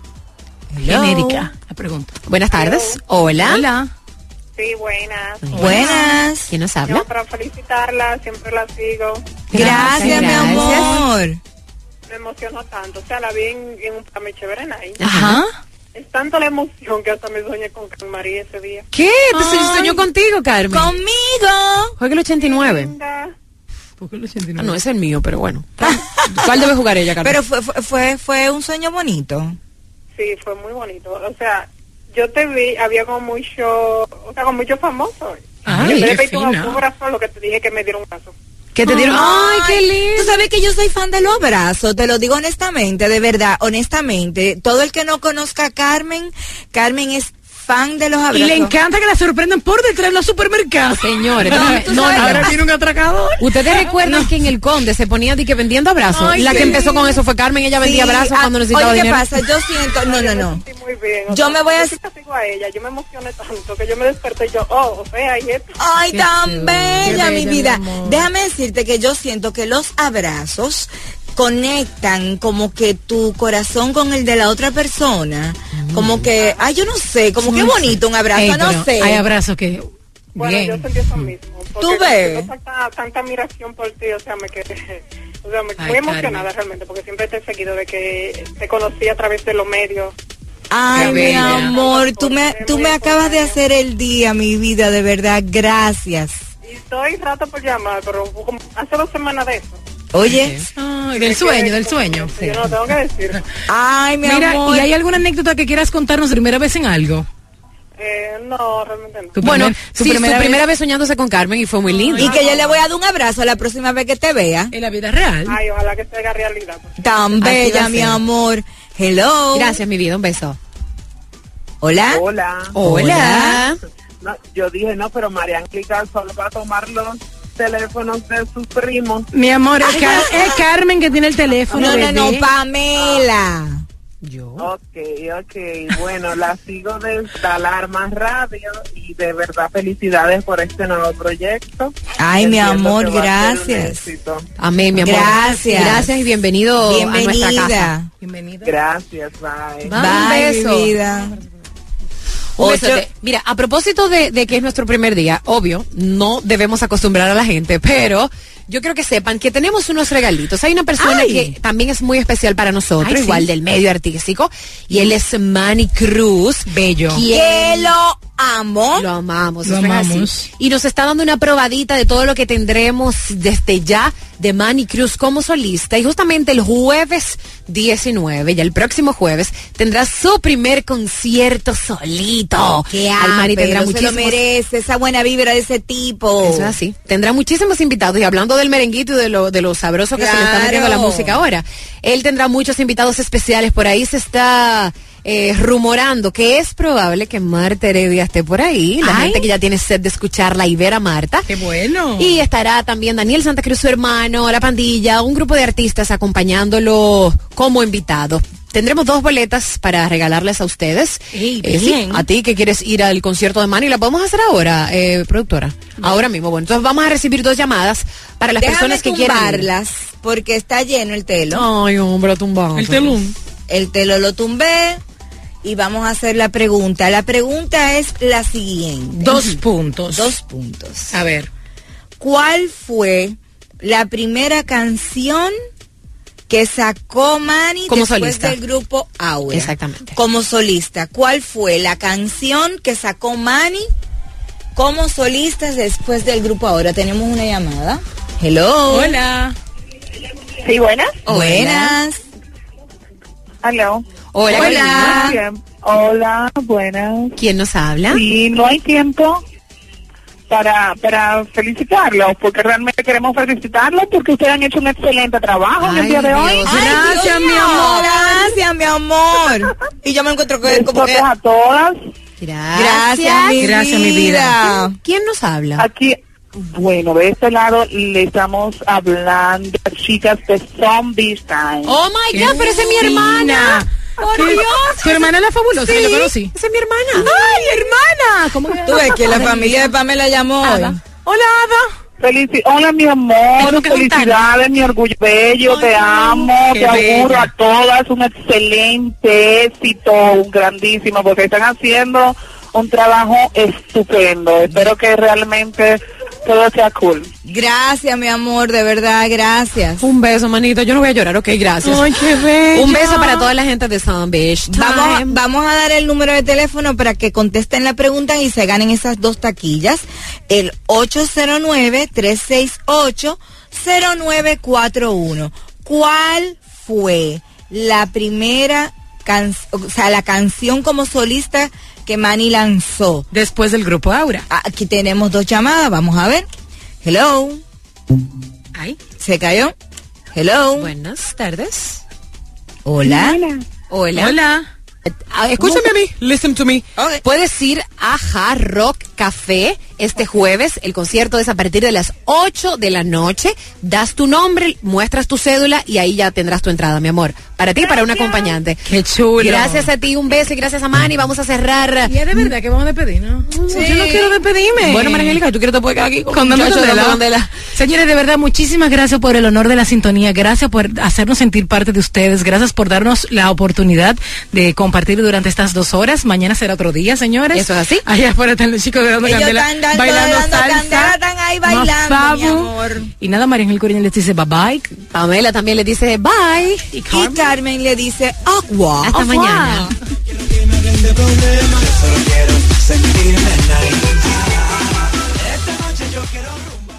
Hello. Genérica, la pregunta. Buenas tardes. Hola. Hola. Sí, buenas. Buenas. ¿Quién nos No, habla? para felicitarla, siempre la sigo. Gracias, mi Gracias. amor. Me emocionó tanto. O sea, la vi en, en un programa chévere ahí. Ajá. Es tanto la emoción que hasta me soñé con Carmen María ese día. ¿Qué? ¿Te se- soñó contigo, Carmen? Conmigo. Juega el ochenta y nueve. Linda. ¿Por qué el ochenta y Ah, nueve? no, es el mío, pero bueno. ¿Cuál debe jugar ella, Carmen? Pero fue, fue, fue, fue un sueño bonito. Sí, fue muy bonito. O sea, yo te vi, había como mucho, o sea, con muchos famosos. Ay, en vez de qué pedirte un fina. autógrafo, lo que te dije que me dieron un caso. ¿Qué te dieron? ¡Ay, qué Tú lindo! sabes que yo soy fan de los abrazos, te lo digo honestamente, de verdad, honestamente. Todo el que no conozca a Carmen, Carmen es fan de los abrazos. Y le encanta que la sorprendan por detrás en los supermercados. Señores, no, no, no, ahora viene un atracador. Ustedes recuerdan no. que en el Conde se ponía de que vendiendo abrazos. Ay, la sí. que empezó con eso fue Carmen, ella vendía Sí, abrazos a, cuando necesitaba oye, dinero. ¿qué pasa? Yo siento, no, no, no. Muy bien, yo sea, me voy a decir a ella, yo me emocioné tanto que yo me desperté y yo, oh, o sea, y esto. Ay, Qué tan chulo. bella, Qué mi bella, vida. mi amor. Déjame decirte que yo siento que los abrazos conectan como que tu corazón con el de la otra persona, mm. como que, ay, yo no sé, como no que bonito un abrazo, Ey, no sé. Hay abrazos que Bueno, bien. yo sentí eso mismo. ¿Tú ves? Tanta, tanta admiración por ti, o sea, me quedé, o sea, me, Ay, muy emocionada Carmen. realmente, porque siempre te he seguido de que te conocí a través de los medios. Ay, Qué mi bella. amor, tú me, tú me acabas de hacer el día, mi vida, de verdad, gracias. Y estoy rato por llamar, pero como hace dos semanas de eso. Oye, Ay, del sueño, del sueño. Sí. Yo no tengo que decir. Ay, mi Mira, amor. ¿y hay alguna anécdota que quieras contarnos primera vez en algo? Eh, no, realmente no. Tu Bueno, primer- tu sí, primera su vez- primera vez soñándose con Carmen y fue muy lindo. Y que yo le voy a dar un abrazo la próxima vez que te vea. En la vida real. Ay, ojalá que se haga realidad. Tan Así va bella, a mi ser. amor. Hello. Gracias, mi vida, un beso. Hola. Hola. Hola. No, yo dije, no, pero María Angélica solo va a tomar los teléfonos de sus primos. Mi amor, es, Car- es Carmen que tiene el teléfono. No, no, no, bebé. Pamela. Yo. Ok, ok. Bueno, la sigo desde Alarma Radio y de verdad felicidades por este nuevo proyecto. Ay, mi Entiendo amor, que va a ser un gracias. éxito. Amén, mi amor. Gracias. Gracias y bienvenido a nuestra casa. Bienvenida. Gracias, bye. Bye, Bye, un beso. mi vida. Un Ocho- besote. Mira, a propósito de, de que es nuestro primer día, obvio, no debemos acostumbrar a la gente, pero yo quiero que sepan que tenemos unos regalitos. Hay una persona Ay. que también es muy especial para nosotros, Ay, sí. igual del medio artístico, y él es Manny Cruz. Bello. Que lo amo. Lo amamos, Lo eso es así. amamos. Y nos está dando una probadita de todo lo que tendremos desde ya de Manny Cruz como solista. Y justamente el jueves diecinueve, ya el próximo jueves, tendrá su primer concierto solito. Que Al Manny tendrá se lo muchísimos... merece, esa buena vibra de ese tipo. Eso es así. Tendrá muchísimos invitados. Y hablando del merenguito y de lo, de lo sabroso que se le está Claro. metiendo a la música ahora, él tendrá muchos invitados especiales. Por ahí se está eh, rumorando que es probable que Marta Heredia esté por ahí. La Ay. gente que ya tiene sed de escucharla y ver a Marta. Qué bueno. Y estará también Daniel Santa Cruz, su hermano, La Pandilla, un grupo de artistas acompañándolo como invitado. Tendremos dos boletas para regalarles a ustedes. Ey, Eh, sí, bien. a ti que quieres ir al concierto de Manny, la podemos hacer ahora, eh, productora. Ahora mismo. Bueno, entonces vamos a recibir dos llamadas para las Déjame personas que quieran ir. tumbarlas, porque está lleno el telo. Ay, hombre, tumbado. El telón. El telo lo tumbé y vamos a hacer la pregunta. La pregunta es la siguiente. Dos puntos. Dos puntos. A ver. ¿Cuál fue la primera canción que sacó Manny Como después solista. del grupo Aura? Exactamente. Como solista. ¿Cuál fue la canción que sacó Manny como solista después del grupo Aura? Tenemos una llamada. Hello. Hola. Sí, buenas. Buenas. Aló. Hola. Hola. Bien. Hola, buenas. ¿Quién nos habla? Y no hay tiempo para para felicitarlos, porque realmente queremos felicitarlos porque ustedes han hecho un excelente trabajo en el Ay, día de hoy. Dios. Ay, Gracias, Dios mi mío, amor. Gracias, mi amor. Y yo me encuentro que como que... Besotes a todas. Gracias, mi Gracias, mi vida. ¿Quién nos habla? Aquí, bueno, de este lado le estamos hablando, chicas, de Zombie Time. Oh my Qué God, pero esa es mi hermana. fina. Por ¿Qué? Dios. ¿Tu hermana es la fabulosa? Sí, Yo la conocí. esa es mi hermana. ¡Ay, hermana! ¿Cómo que? Tú ves que la familia de Pamela llamó hoy. Ada. Hola, Ada. Felici Hola, mi Tenemos amor, que felicidades, mi orgullo bello, Ay, te amo, qué te auguro bella. a todas un excelente éxito, un grandísimo, porque están haciendo un trabajo estupendo. Espero que realmente todo sea cool. Gracias, mi amor, de verdad, gracias. Un beso, manito. Yo no voy a llorar, ok, gracias. Ay, qué bella. Un beso para toda la gente de Zombie Time. Vamos, vamos a dar el número de teléfono para que contesten la pregunta y se ganen esas dos taquillas. El ocho cero nueve, tres seis ocho, cero nueve cuatro uno. ¿Cuál fue la primera canción, o sea, la canción como solista que Manny lanzó? Después del grupo Aura. Aquí tenemos dos llamadas, vamos a ver. Hello. Ay. ¿Se cayó? Hello. Buenas tardes. Hola. Hola. Hola. Escúchame a mí, listen to me. Okay. Puedes ir a Hard Rock Café este jueves. El concierto es a partir de las ocho de la noche. Das tu nombre, muestras tu cédula y ahí ya tendrás tu entrada, mi amor. Para ti y para un acompañante. Qué chulo. Gracias a ti, un beso y gracias a Manny. Vamos a cerrar. Y es de verdad que vamos a despedir, ¿no? Sí. Yo no quiero despedirme. Bueno, María Angélica, tú quieres te puedes quedar aquí con, con Dame Candela. Candela. Señores, de verdad, muchísimas gracias por el honor de la sintonía. Gracias por hacernos sentir parte de ustedes. Gracias por darnos la oportunidad de compartir durante estas dos horas. Mañana será otro día, señores. Eso es así. Allá afuera están los chicos de Dando Ellos Candela. Están dando, bailando dando salsa. Candela, están ahí bailando, mi amor. Y nada, María Angel Corina les dice bye bye. Pamela también le dice bye. Y Carmen, y Carmen le dice agua. Hasta agua. mañana. Solo quiero sentirme nice.